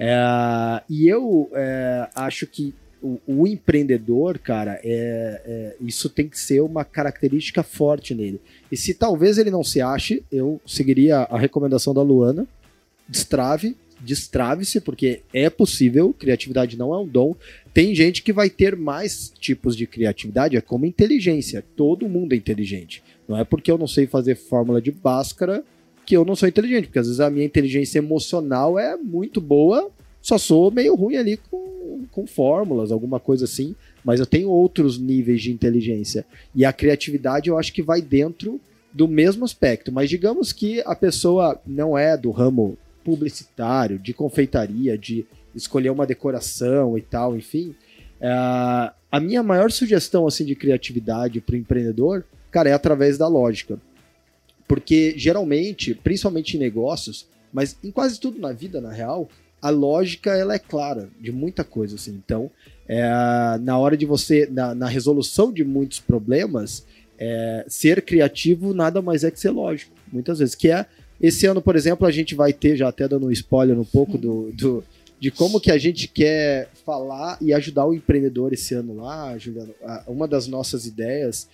É, e eu é, acho que o, o empreendedor, cara, é, é, isso tem que ser uma característica forte nele. E se talvez ele não se ache, eu seguiria a recomendação da Luana, destrave, destrave-se, porque é possível, criatividade não é um dom. Tem gente que vai ter mais tipos de criatividade, é como inteligência, todo mundo é inteligente. Não é porque eu não sei fazer fórmula de Bhaskara que eu não sou inteligente, porque às vezes a minha inteligência emocional é muito boa, só sou meio ruim ali com, com fórmulas, alguma coisa assim, mas eu tenho outros níveis de inteligência. E a criatividade eu acho que vai dentro do mesmo aspecto, mas digamos que a pessoa não é do ramo publicitário, de confeitaria, de escolher uma decoração e tal, enfim. É, a minha maior sugestão assim, de criatividade para o empreendedor, cara, é através da lógica. Porque geralmente, principalmente em negócios, mas em quase tudo na vida, na real, a lógica ela é clara de muita coisa. Assim. Então, é, na hora de você, na, na resolução de muitos problemas, é, ser criativo nada mais é que ser lógico, muitas vezes, que é esse ano, por exemplo, a gente vai ter, já até dando um spoiler um pouco do, do, de como que a gente quer falar e ajudar o empreendedor esse ano lá, Juliano. Uma das nossas ideias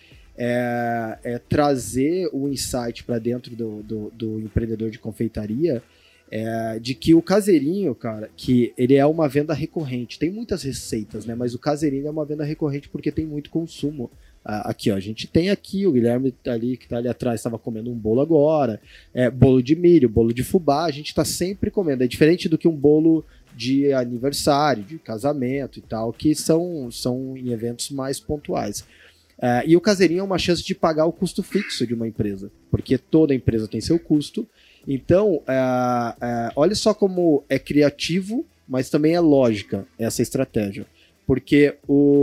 é, é trazer o insight para dentro do, do, do empreendedor de confeitaria, é, de que o caseirinho, cara, que ele é uma venda recorrente. Tem muitas receitas, né? Mas o caseirinho é uma venda recorrente porque tem muito consumo. Aqui, ó, a gente tem aqui, o Guilherme ali, que tá ali atrás, estava comendo um bolo agora, é, bolo de milho, bolo de fubá, a gente tá sempre comendo, é diferente do que um bolo de aniversário, de casamento e tal, que são, são em eventos mais pontuais. Uh, e o caseirinho é uma chance de pagar o custo fixo de uma empresa, porque toda empresa tem seu custo. Então, uh, uh, olha só como é criativo, mas também é lógica essa estratégia. Porque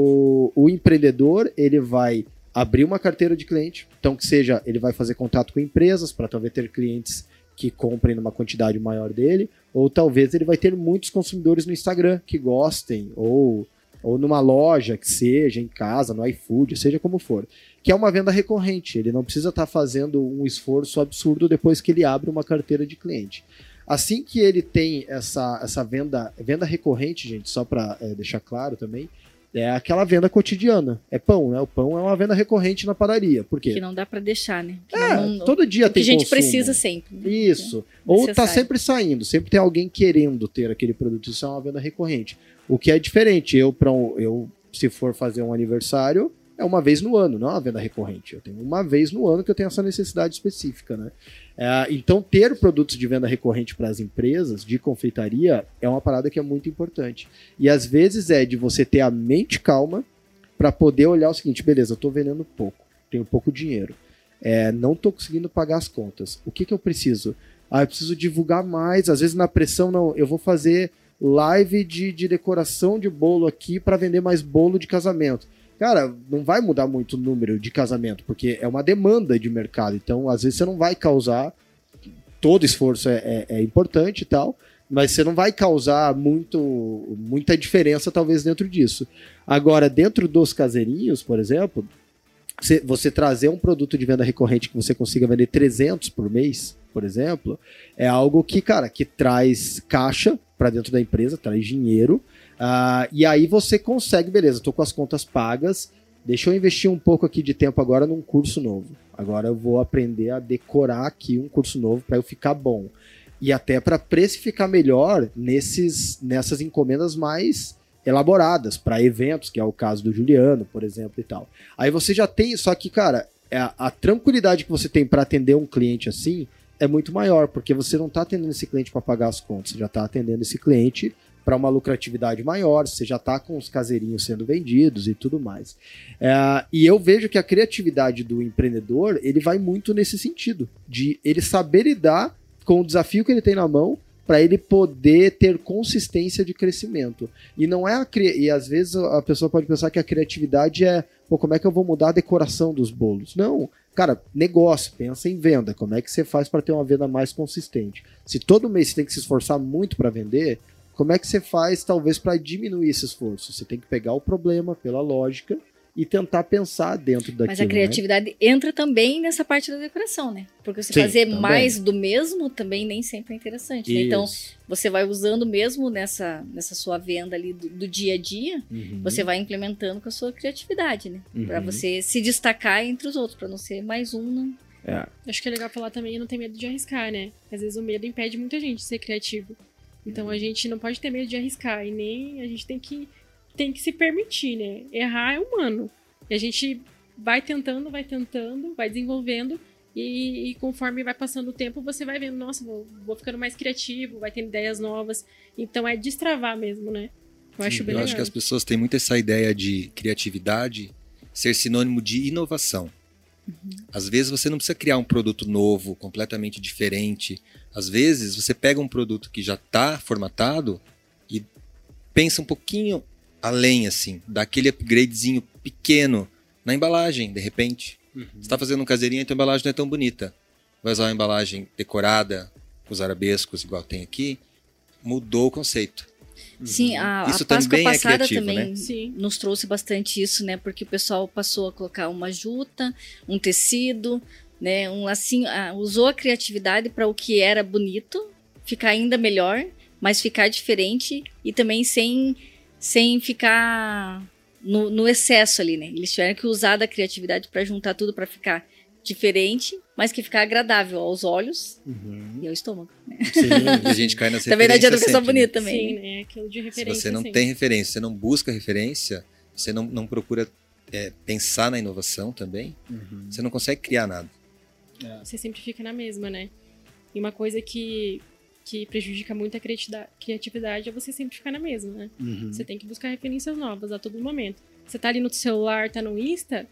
o, o empreendedor, ele vai abrir uma carteira de cliente, então que seja, ele vai fazer contato com empresas para talvez ter clientes que comprem numa quantidade maior dele, ou talvez ele vai ter muitos consumidores no Instagram que gostem, ou... ou numa loja que seja, em casa, no iFood, seja como for, que é uma venda recorrente. Ele não precisa estar fazendo um esforço absurdo depois que ele abre uma carteira de cliente. Assim que ele tem essa, essa venda, venda recorrente, gente, só para é, deixar claro também, é aquela venda cotidiana. É pão, né? O pão é uma venda recorrente na padaria. Por quê? Que não dá para deixar, né? Que é, não, todo dia tem que a gente consumo. precisa sempre. Né? Isso. É Ou necessário. tá sempre saindo, sempre tem alguém querendo ter aquele produto. Isso é uma venda recorrente. O que é diferente, eu, pra um, eu se for fazer um aniversário, é uma vez no ano, não é uma venda recorrente. Eu tenho uma vez no ano que eu tenho essa necessidade específica, né? É, então, ter produtos de venda recorrente para as empresas de confeitaria é uma parada que é muito importante. E às vezes é de você ter a mente calma para poder olhar o seguinte, beleza, eu estou vendendo pouco, tenho pouco dinheiro, é, não estou conseguindo pagar as contas. O que, que eu preciso? Ah, eu preciso divulgar mais, às vezes na pressão, não, eu vou fazer live de, de decoração de bolo aqui para vender mais bolo de casamento. Cara, não vai mudar muito o número de casamento, porque é uma demanda de mercado. Então, às vezes, você não vai causar... Todo esforço é, é, é importante e tal, mas você não vai causar muito, muita diferença, talvez, dentro disso. Agora, dentro dos caseirinhos, por exemplo, você, você trazer um produto de venda recorrente que você consiga vender trezentos por mês, por exemplo, é algo que, cara, que traz caixa para dentro da empresa, traz dinheiro. Uh, e aí você consegue, beleza, tô com as contas pagas, deixa eu investir um pouco aqui de tempo agora num curso novo. Agora eu vou aprender a decorar aqui um curso novo para eu ficar bom. E até para precificar melhor nesses, nessas encomendas mais elaboradas, para eventos, que é o caso do Juliano, por exemplo, e tal. Aí você já tem, só que, cara, a, a tranquilidade que você tem para atender um cliente assim é muito maior, porque você não tá atendendo esse cliente para pagar as contas, você já tá atendendo esse cliente para uma lucratividade maior, você já está com os caseirinhos sendo vendidos e tudo mais. É, e eu vejo que a criatividade do empreendedor, ele vai muito nesse sentido, de ele saber lidar com o desafio que ele tem na mão para ele poder ter consistência de crescimento. E não é a cri... e às vezes a pessoa pode pensar que a criatividade é, pô, como é que eu vou mudar a decoração dos bolos? Não, cara, negócio, pensa em venda, como é que você faz para ter uma venda mais consistente? Se todo mês você tem que se esforçar muito para vender, como é que você faz, talvez, para diminuir esse esforço? Você tem que pegar o problema pela lógica e tentar pensar dentro daquilo. Mas a criatividade, né, entra também nessa parte da decoração, né? Porque você Sim, fazer também. mais do mesmo também nem sempre é interessante. Né? Então, você vai usando mesmo nessa, nessa sua venda ali do, do dia a dia, uhum. você vai implementando com a sua criatividade, né? Uhum. Para você se destacar entre os outros, para não ser mais um, né? É. Acho que é legal falar também, não ter medo de arriscar, né? Às vezes o medo impede muita gente de ser criativo. Então a gente não pode ter medo de arriscar e nem a gente tem que, tem que se permitir, né? Errar é humano. E a gente vai tentando, vai tentando, vai desenvolvendo e, e conforme vai passando o tempo você vai vendo, nossa, vou, vou ficando mais criativo, vai tendo ideias novas. Então é destravar mesmo, né? Eu Sim, acho bem eu legal. acho que as pessoas têm muito essa ideia de criatividade ser sinônimo de inovação. Uhum. Às vezes você não precisa criar um produto novo, completamente diferente. Às vezes você pega um produto que já está formatado e pensa um pouquinho além, assim, dá aquele upgradezinho pequeno na embalagem, de repente. Uhum. Você está fazendo um caseirinho e a tua embalagem não é tão bonita. Vai usar uma embalagem decorada, com os arabescos, igual tem aqui, mudou o conceito. Sim, a, isso a Páscoa também passada é criativo, também né? Sim. nos trouxe bastante isso, né? Porque o pessoal passou a colocar uma juta, um tecido, né? Um assim, a, usou a criatividade para o que era bonito, ficar ainda melhor, mas ficar diferente e também sem, sem ficar no, no excesso ali, né? Eles tiveram que usar da criatividade para juntar tudo para ficar diferente, mas que ficar agradável aos olhos uhum. e ao estômago. Né? Sim, a gente cai nas referências. Também não adianta ficar bonita né? também. Sim, né? Aquilo de referência. Se você não sempre. tem referência, você não busca referência, você não, não procura é, pensar na inovação também, uhum. você não consegue criar nada. É. Você sempre fica na mesma, né? E uma coisa que, que prejudica muito a criatividade é você sempre ficar na mesma, né? Uhum. Você tem que buscar referências novas a todo momento. Você tá ali no celular, tá no Insta,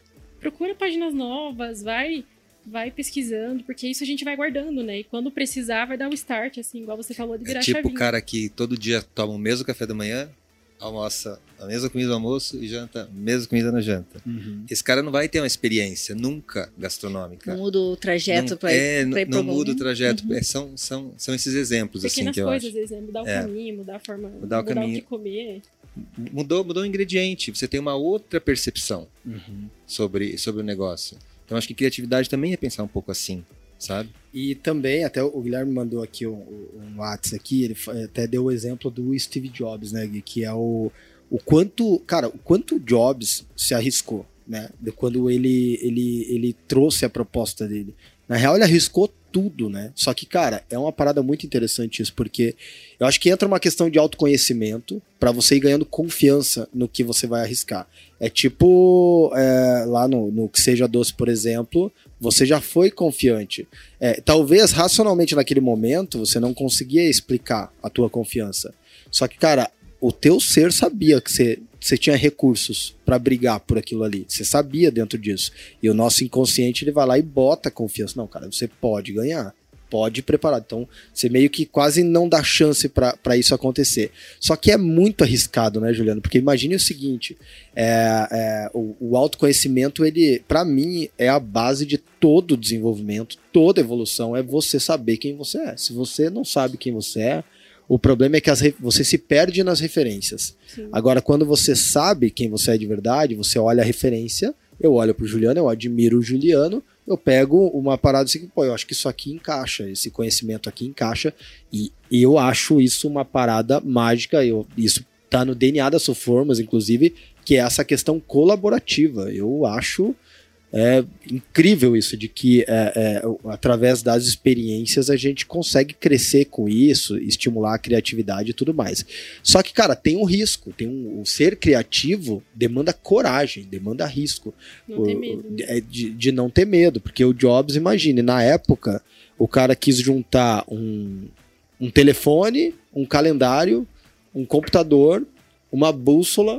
procura páginas novas, vai... vai pesquisando, porque isso a gente vai guardando, né? E quando precisar, vai dar um start, assim, igual você falou, de virar é tipo chavinha. o cara que todo dia toma o mesmo café da manhã, almoça a mesma comida no almoço e janta a mesma comida na janta. Uhum. Esse cara não vai ter uma experiência nunca gastronômica. Não muda o trajeto para é, ir, pra ir não pro muda o trajeto. Uhum. É, são, são, são esses exemplos, pequenas assim, que eu coisas, acho. Às vezes, mudar o é. caminho, mudar a forma, mudar, mudar o, caminho. o que comer. Mudou, mudou o ingrediente. Você tem uma outra percepção uhum. sobre, sobre o negócio. Então, acho que criatividade também é pensar um pouco assim, sabe? E também, até o Guilherme mandou aqui um, um WhatsApp aqui, ele até deu o exemplo do Steve Jobs, né, que é o, o quanto, cara, o quanto Jobs se arriscou, né, de quando ele, ele, ele trouxe a proposta dele. Na real, ele arriscou tudo, né, só que, cara, é uma parada muito interessante isso, porque eu acho que entra uma questão de autoconhecimento para você ir ganhando confiança no que você vai arriscar. É tipo, é, lá no, no Que Seja Doce, por exemplo, você já foi confiante. É, talvez, racionalmente, naquele momento, você não conseguia explicar a tua confiança. Só que, cara, o teu ser sabia que você, você tinha recursos para brigar por aquilo ali. Você sabia dentro disso. E o nosso inconsciente, ele vai lá e bota a confiança. Não, cara, você pode ganhar. Pode ir preparado. Então, você meio que quase não dá chance para isso acontecer. Só que é muito arriscado, né, Juliano? Porque imagine o seguinte, é, é, o, o autoconhecimento, ele, para mim, é a base de todo o desenvolvimento, toda evolução, é você saber quem você é. Se você não sabe quem você é, o problema é que as, você se perde nas referências. Sim. Agora, quando você sabe quem você é de verdade, você olha a referência, eu olho pro Juliano, eu admiro o Juliano, eu pego uma parada assim, pô, eu acho que isso aqui encaixa, esse conhecimento aqui encaixa, e, e eu acho isso uma parada mágica, eu, isso tá no D N A das Soformas, inclusive, que é essa questão colaborativa. Eu acho é, incrível isso, de que é, é, através das experiências a gente consegue crescer com isso, estimular a criatividade e tudo mais. Só que, cara, tem um risco, tem um, o ser criativo demanda coragem, demanda risco. Não o, ter medo. É, de, de não ter medo, porque o Jobs, imagine, na época, o cara quis juntar um, um telefone, um calendário, um computador, uma bússola,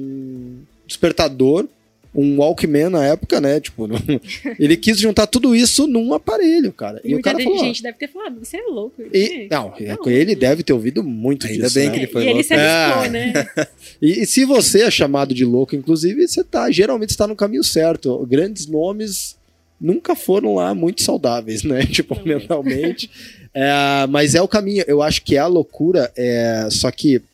um despertador, um Walkman na época, né? Tipo, não... ele quis juntar tudo isso num aparelho, cara. E, e o cara falou, gente deve ter falado, você é louco. E, não, é, ele deve ter ouvido muito Ainda disso, bem né? que ele foi e louco. ele se arriscou, Ah. né? E, e se você é chamado de louco, inclusive, você tá, geralmente está no caminho certo. Grandes nomes nunca foram lá muito saudáveis, né? Tipo, não. mentalmente. É, mas é o caminho. Eu acho que é a loucura, é, só que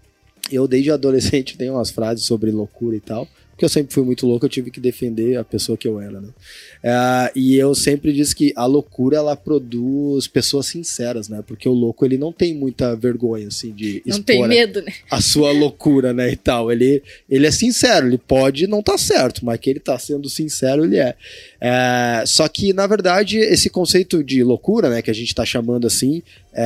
eu, desde adolescente, tenho umas frases sobre loucura e tal. Porque eu sempre fui muito louco, eu tive que defender a pessoa que eu era, né? É, e eu sempre disse que a loucura, ela produz pessoas sinceras, né? Porque o louco, ele não tem muita vergonha, assim, de não expor tem medo, né? a sua loucura, né, e tal. Ele, ele é sincero, ele pode não estar certo, mas que ele tá sendo sincero, ele é. é. Só que, na verdade, esse conceito de loucura, né, que a gente tá chamando assim,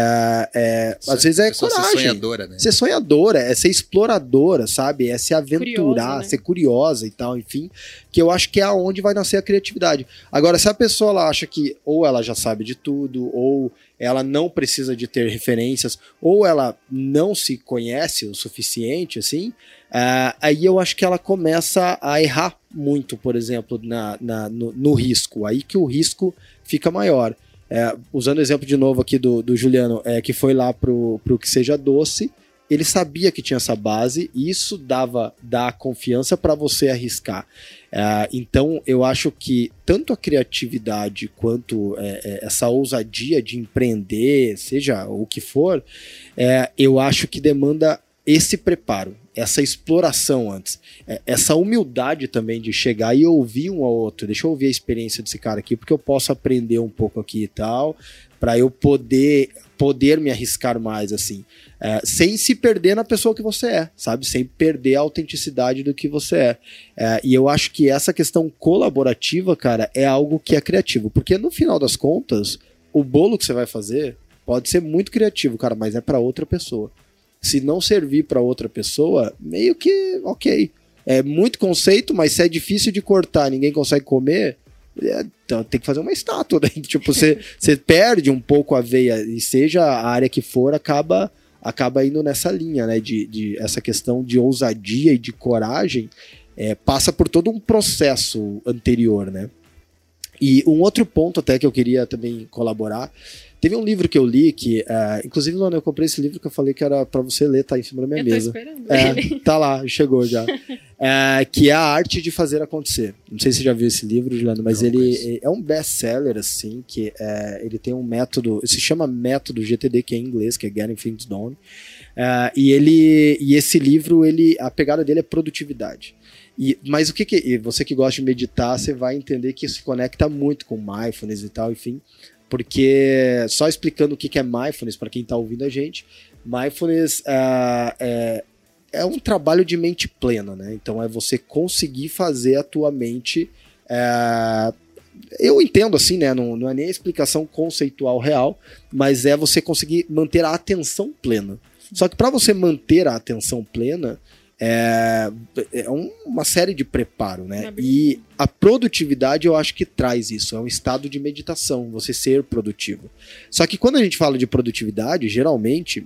é, é, às vezes é coragem. Ser sonhadora, né? Ser sonhadora, é ser exploradora, sabe? É se aventurar, curiosa, né? ser curiosa e tal, enfim. Que eu acho que é aonde vai nascer a criatividade. Agora, se a pessoa ela acha que ou ela já sabe de tudo, ou ela não precisa de ter referências, ou ela não se conhece o suficiente, assim, uh, aí eu acho que ela começa a errar muito, por exemplo, na, na, no, no risco. Aí que o risco fica maior. É, usando o exemplo de novo aqui do, do Juliano, é, que foi lá pro, pro Que Seja Doce, ele sabia que tinha essa base e isso dava, dá confiança para você arriscar. É, então eu acho que tanto a criatividade quanto é, é, essa ousadia de empreender, seja o que for, é, eu acho que demanda esse preparo, essa exploração antes, é, essa humildade também de chegar e ouvir um ao outro. Deixa eu ouvir a experiência desse cara aqui, porque eu posso aprender um pouco aqui e tal, para eu poder, poder me arriscar mais, assim, é, sem se perder na pessoa que você é, sabe? Sem perder a autenticidade do que você é. é. E eu acho que essa questão colaborativa, cara, é algo que é criativo, porque no final das contas, o bolo que você vai fazer pode ser muito criativo, cara, mas é para outra pessoa. Se não servir para outra pessoa, meio que ok. É muito conceito, mas se é difícil de cortar, ninguém consegue comer, é, então tem que fazer uma estátua. Né? Tipo, você, você perde um pouco a veia, e seja a área que for, acaba, acaba indo nessa linha, né? De, de essa questão de ousadia e de coragem. é, passa por todo um processo anterior, né? E um outro ponto até que eu queria também colaborar, teve um livro que eu li que, uh, inclusive, Luana, eu comprei esse livro que eu falei que era para você ler, tá em cima da minha eu mesa. Tô esperando. É, tá lá, chegou já. É, que é A Arte de Fazer Acontecer. Não sei se você já viu esse livro, Juliano, mas não, ele é um best-seller, assim, que é, ele tem um método, se chama método G T D, que é em inglês, que é Getting Things Done. É, e, ele, e esse livro, ele, a pegada dele é produtividade. E, mas o que que... E você que gosta de meditar, você vai entender que isso se conecta muito com mindfulness e tal, enfim. Porque, só explicando o que que é mindfulness, para quem está ouvindo a gente, mindfulness uh, é, é um trabalho de mente plena, né? Então é você conseguir fazer a tua mente... Uh, eu entendo assim, né? Não, não é nem a explicação conceitual real, mas é você conseguir manter a atenção plena. Só que para você manter a atenção plena, É, é um, uma série de preparo, né? E a produtividade eu acho que traz isso, é um estado de meditação, você ser produtivo. Só que quando a gente fala de produtividade, geralmente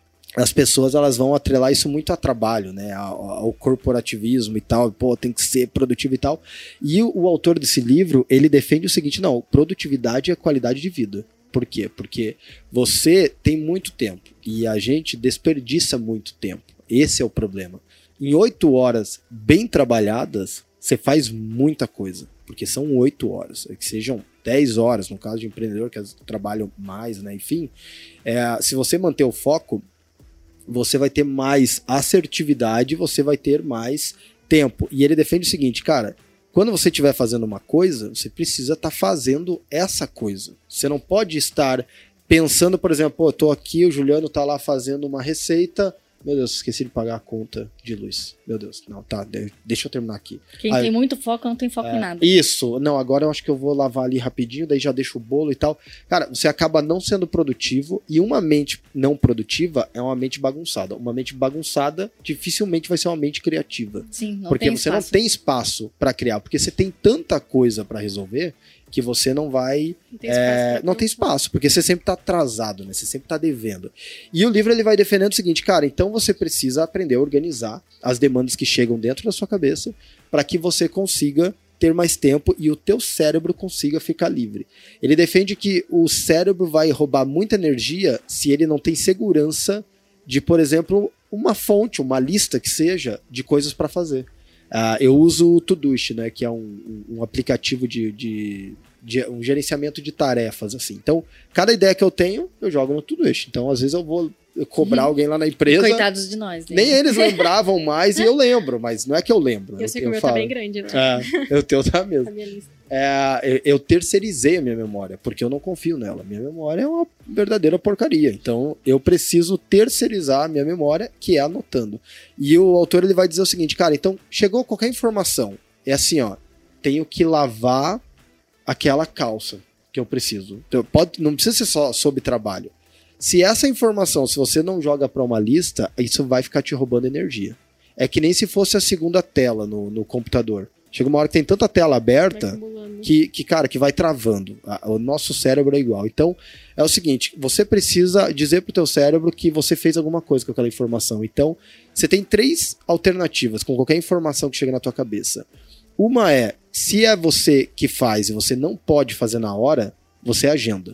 as pessoas elas vão atrelar isso muito a trabalho, né? Ao, ao corporativismo e tal, pô, tem que ser produtivo e tal. E o, o autor desse livro, ele defende o seguinte, não, produtividade é qualidade de vida. Por quê? Porque você tem muito tempo e a gente desperdiça muito tempo. Esse é o problema. Em oito horas bem trabalhadas, você faz muita coisa. Porque são oito horas. Que sejam dez horas, no caso de empreendedor, que trabalham mais, né? Enfim, é, se você manter o foco, você vai ter mais assertividade, você vai ter mais tempo. E ele defende o seguinte, cara, quando você estiver fazendo uma coisa, você precisa estar tá fazendo essa coisa. Você não pode estar pensando, por exemplo, pô, eu tô aqui, o Juliano tá lá fazendo uma receita... Meu Deus, esqueci de pagar a conta de luz. Meu Deus, não, tá, deixa eu terminar aqui. Quem Aí, tem muito foco não tem foco é, em nada. Isso, não, agora eu acho que eu vou lavar ali rapidinho, daí já deixo o bolo e tal. Cara, você acaba não sendo produtivo e uma mente não produtiva é uma mente bagunçada. Uma mente bagunçada dificilmente vai ser uma mente criativa. Sim, não porque tem você espaço. não tem espaço para criar, porque você tem tanta coisa para resolver que você não vai... Não tem espaço, é, não tem espaço porque você sempre tá atrasado, né? Você sempre tá devendo. E o livro ele vai defendendo o seguinte, cara, então você precisa aprender a organizar as demandas que chegam dentro da sua cabeça para que você consiga ter mais tempo e o teu cérebro consiga ficar livre. Ele defende que o cérebro vai roubar muita energia se ele não tem segurança de, por exemplo, uma fonte, uma lista que seja de coisas para fazer. Uh, eu uso o Todoist, né, que é um, um aplicativo de, de, de um gerenciamento de tarefas, assim. Então, cada ideia que eu tenho, eu jogo no Todoist. Então, às vezes eu vou cobrar alguém lá na empresa. Coitados de nós. Né? Nem eles lembravam mais e eu lembro, mas não é que eu lembro. Eu, eu sei eu, que o meu falo, tá bem grande, né? É, o teu tá mesmo. A minha lista. É, eu, eu terceirizei a minha memória, porque eu não confio nela. Minha memória é uma verdadeira porcaria. Então, eu preciso terceirizar a minha memória, que é anotando. E o autor ele vai dizer o seguinte, cara, então, chegou qualquer informação. É assim, ó, tenho que lavar aquela calça que eu preciso. Então, pode, não precisa ser só sobre trabalho. Se essa informação, se você não joga para uma lista, isso vai ficar te roubando energia. É que nem se fosse a segunda tela no, no computador. Chega uma hora que tem tanta tela aberta que, que, cara, que vai travando. O nosso cérebro é igual. Então, é o seguinte, você precisa dizer pro teu cérebro que você fez alguma coisa com aquela informação. Então, você tem três alternativas com qualquer informação que chega na tua cabeça. Uma é, se é você que faz e você não pode fazer na hora, você agenda.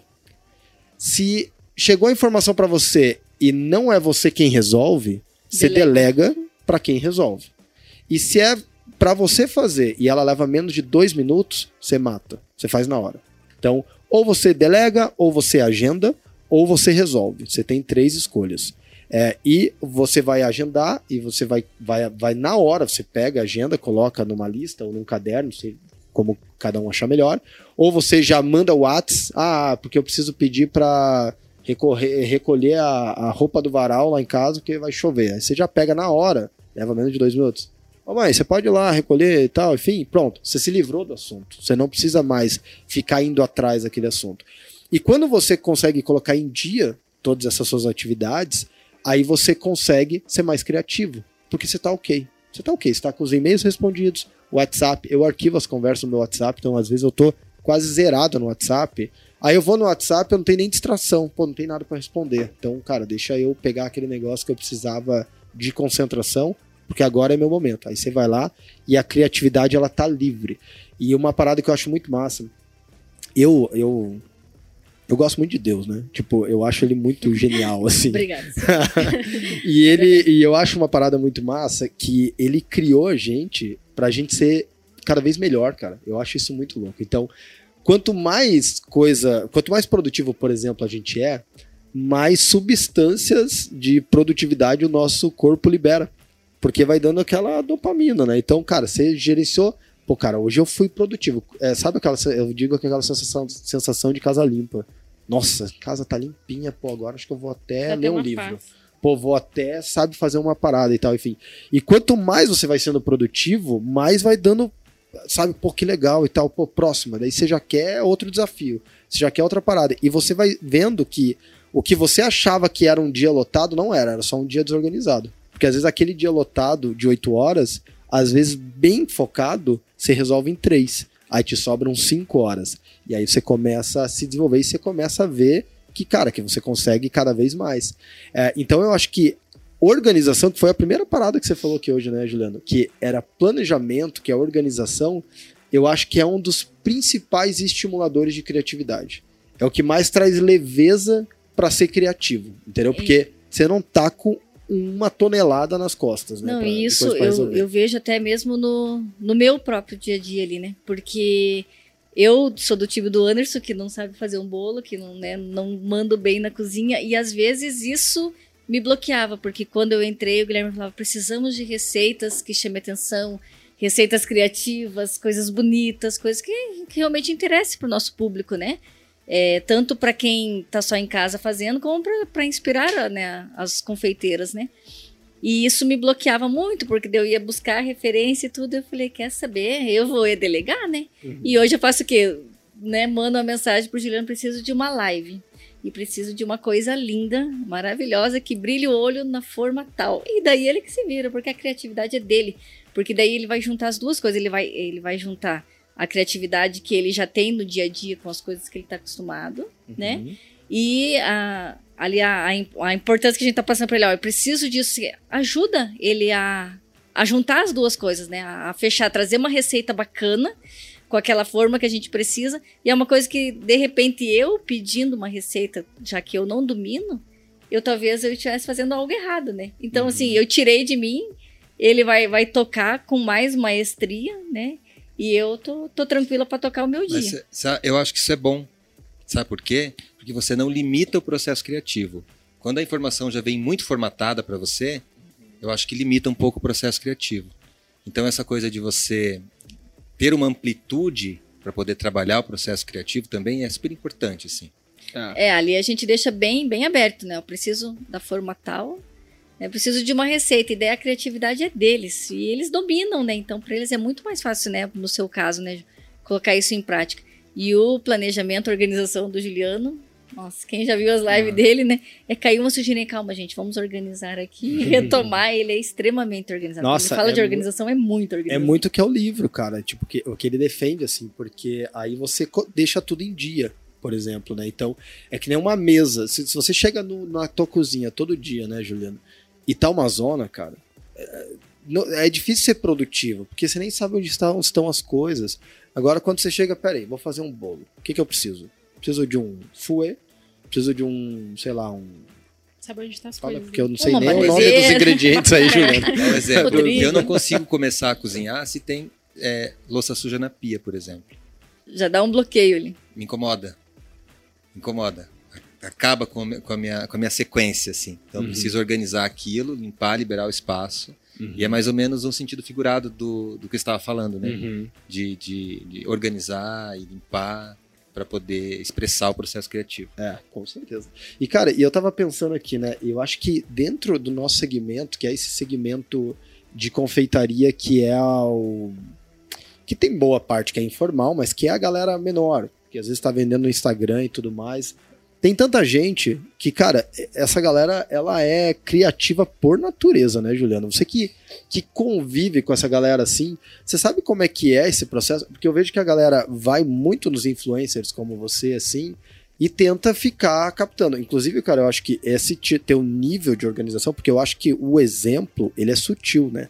Se chegou a informação para você e não é você quem resolve, você delega para quem resolve. E se é para você fazer e ela leva menos de dois minutos, você mata. Você faz na hora. Então, ou você delega, ou você agenda, ou você resolve. Você tem três escolhas. É, e você vai agendar e você vai, vai, vai na hora, você pega a agenda, coloca numa lista ou num caderno, sei, como cada um achar melhor. Ou você já manda o WhatsApp, ah, porque eu preciso pedir para recorrer, recolher a, a roupa do varal lá em casa, porque vai chover. Aí você já pega na hora, leva menos de dois minutos. Ô mãe, você pode ir lá recolher e tal, enfim, pronto, você se livrou do assunto. Você não precisa mais ficar indo atrás daquele assunto. E quando você consegue colocar em dia todas essas suas atividades, aí você consegue ser mais criativo, porque você tá ok. Você tá ok, você tá com os e-mails respondidos, o WhatsApp, eu arquivo as conversas no meu WhatsApp, então às vezes eu tô quase zerado no WhatsApp. Aí eu vou no WhatsApp, eu não tenho nem distração, pô, não tem nada para responder. Então, cara, deixa eu pegar aquele negócio que eu precisava de concentração, porque agora é meu momento. Aí você vai lá e a criatividade, ela tá livre. E uma parada que eu acho muito massa, eu, eu, eu gosto muito de Deus, né? Tipo, eu acho ele muito genial, assim. Obrigada. e, ele, e eu acho uma parada muito massa que ele criou a gente pra gente ser cada vez melhor, cara. Eu acho isso muito louco. Então, quanto mais coisa, quanto mais produtivo, por exemplo, a gente é, mais substâncias de produtividade o nosso corpo libera. Porque vai dando aquela dopamina, né? Então, cara, você gerenciou... Pô, cara, hoje eu fui produtivo. É, sabe aquela... Eu digo aquela sensação, sensação de casa limpa. Nossa, casa tá limpinha, pô, agora acho que eu vou até Dá ler até um livro. paz. Pô, vou até, sabe, fazer uma parada e tal, enfim. E quanto mais você vai sendo produtivo, mais vai dando... Sabe, pô, que legal e tal, pô, próxima. Daí você já quer outro desafio. Você já quer outra parada. E você vai vendo que o que você achava que era um dia lotado, não era. Era só um dia desorganizado. Porque às vezes aquele dia lotado de oito horas, às vezes bem focado, você resolve em três. Aí te sobram cinco horas. E aí você começa a se desenvolver e você começa a ver que, cara, que você consegue cada vez mais. É, então eu acho que organização, que foi a primeira parada que você falou aqui hoje, né, Juliano? Que era planejamento, que é organização, eu acho que é um dos principais estimuladores de criatividade. É o que mais traz leveza para ser criativo, entendeu? Porque você não tá com uma tonelada nas costas, né? Não, pra, isso eu, eu vejo até mesmo no, no meu próprio dia a dia ali, né? Porque eu sou do time do Anderson, que não sabe fazer um bolo, que não, né, não mando bem na cozinha, e às vezes isso me bloqueava, porque quando eu entrei, o Guilherme falava, precisamos de receitas que chamem atenção, receitas criativas, coisas bonitas, coisas que, que realmente interessem para o nosso público, né? É, tanto para quem está só em casa fazendo, como para inspirar, né, as confeiteiras, né? E isso me bloqueava muito, porque eu ia buscar referência e tudo, eu falei, quer saber? Eu vou delegar, né? Uhum. E hoje eu faço o quê? Né, mando uma mensagem pro Juliano, preciso de uma live. E preciso de uma coisa linda, maravilhosa, que brilhe o olho na forma tal. E daí ele que se vira, porque a criatividade é dele. Porque daí ele vai juntar as duas coisas. Ele vai, ele vai juntar a criatividade que ele já tem no dia a dia com as coisas que ele está acostumado, uhum. né? E a, ali a, a importância que a gente está passando para ele. Ó, eu preciso disso. Ajuda ele a, a juntar as duas coisas, né? A, a fechar, trazer uma receita bacana com aquela forma que a gente precisa, e é uma coisa que, de repente, eu pedindo uma receita, já que eu não domino, eu talvez eu estivesse fazendo algo errado, né? Então, uhum. assim, eu tirei de mim, ele vai, vai tocar com mais maestria, né? E eu tô, tô tranquila para tocar o meu dia. Mas, eu acho que isso é bom. Sabe por quê? Porque você não limita o processo criativo. Quando a informação já vem muito formatada para você, eu acho que limita um pouco o processo criativo. Então, essa coisa de você ter uma amplitude para poder trabalhar o processo criativo também é super importante, assim. É, ali a gente deixa bem, bem aberto, né? Eu preciso da forma tal, eu preciso de uma receita, e daí a criatividade é deles, e eles dominam, né? Então, para eles é muito mais fácil, né? No seu caso, né? Colocar isso em prática. E o planejamento, a organização do Juliano, nossa, quem já viu as lives ah. dele, né? É cair uma sujeirinha, calma, gente, vamos organizar aqui, retomar. Ele é extremamente organizado. Nossa, ele fala é de organização, é muito organizado. É muito que é o livro, cara, tipo, que, o que ele defende, assim, porque aí você deixa tudo em dia, por exemplo, né? Então, é que nem uma mesa. Se, se você chega no, na tua cozinha todo dia, né, Juliano, e tá uma zona, cara, é, é difícil ser produtivo, porque você nem sabe onde estão, onde estão as coisas. Agora, quando você chega, peraí, vou fazer um bolo. O que que eu preciso? Preciso de um fouet, preciso de um, sei lá, um... Sabe onde tá as Fala, coisas. porque eu não sei Uma nem batedeira. o nome dos ingredientes aí, Juliano. É um exemplo. Eu não consigo começar a cozinhar se tem é, louça suja na pia, por exemplo. Já dá um bloqueio ali. Me incomoda. Me incomoda. Acaba com a, com a, minha, com a minha sequência, assim. Então, uhum. eu preciso organizar aquilo, limpar, liberar o espaço. Uhum. E é mais ou menos um sentido figurado do, do que eu estava falando, né? Uhum. De, de, de organizar e limpar para poder expressar o processo criativo. É, com certeza. E, cara, e eu tava pensando aqui, né? Eu acho que dentro do nosso segmento, que é esse segmento de confeitaria que é o... que tem boa parte que é informal, mas que é a galera menor, que às vezes tá vendendo no Instagram e tudo mais. Tem tanta gente que, cara, essa galera, ela é criativa por natureza, né, Juliano? Você que, que convive com essa galera assim, você sabe como é que é esse processo? Porque eu vejo que a galera vai muito nos influencers como você, assim, e tenta ficar captando. Inclusive, cara, eu acho que esse teu nível de organização, porque eu acho que o exemplo, ele é sutil, né?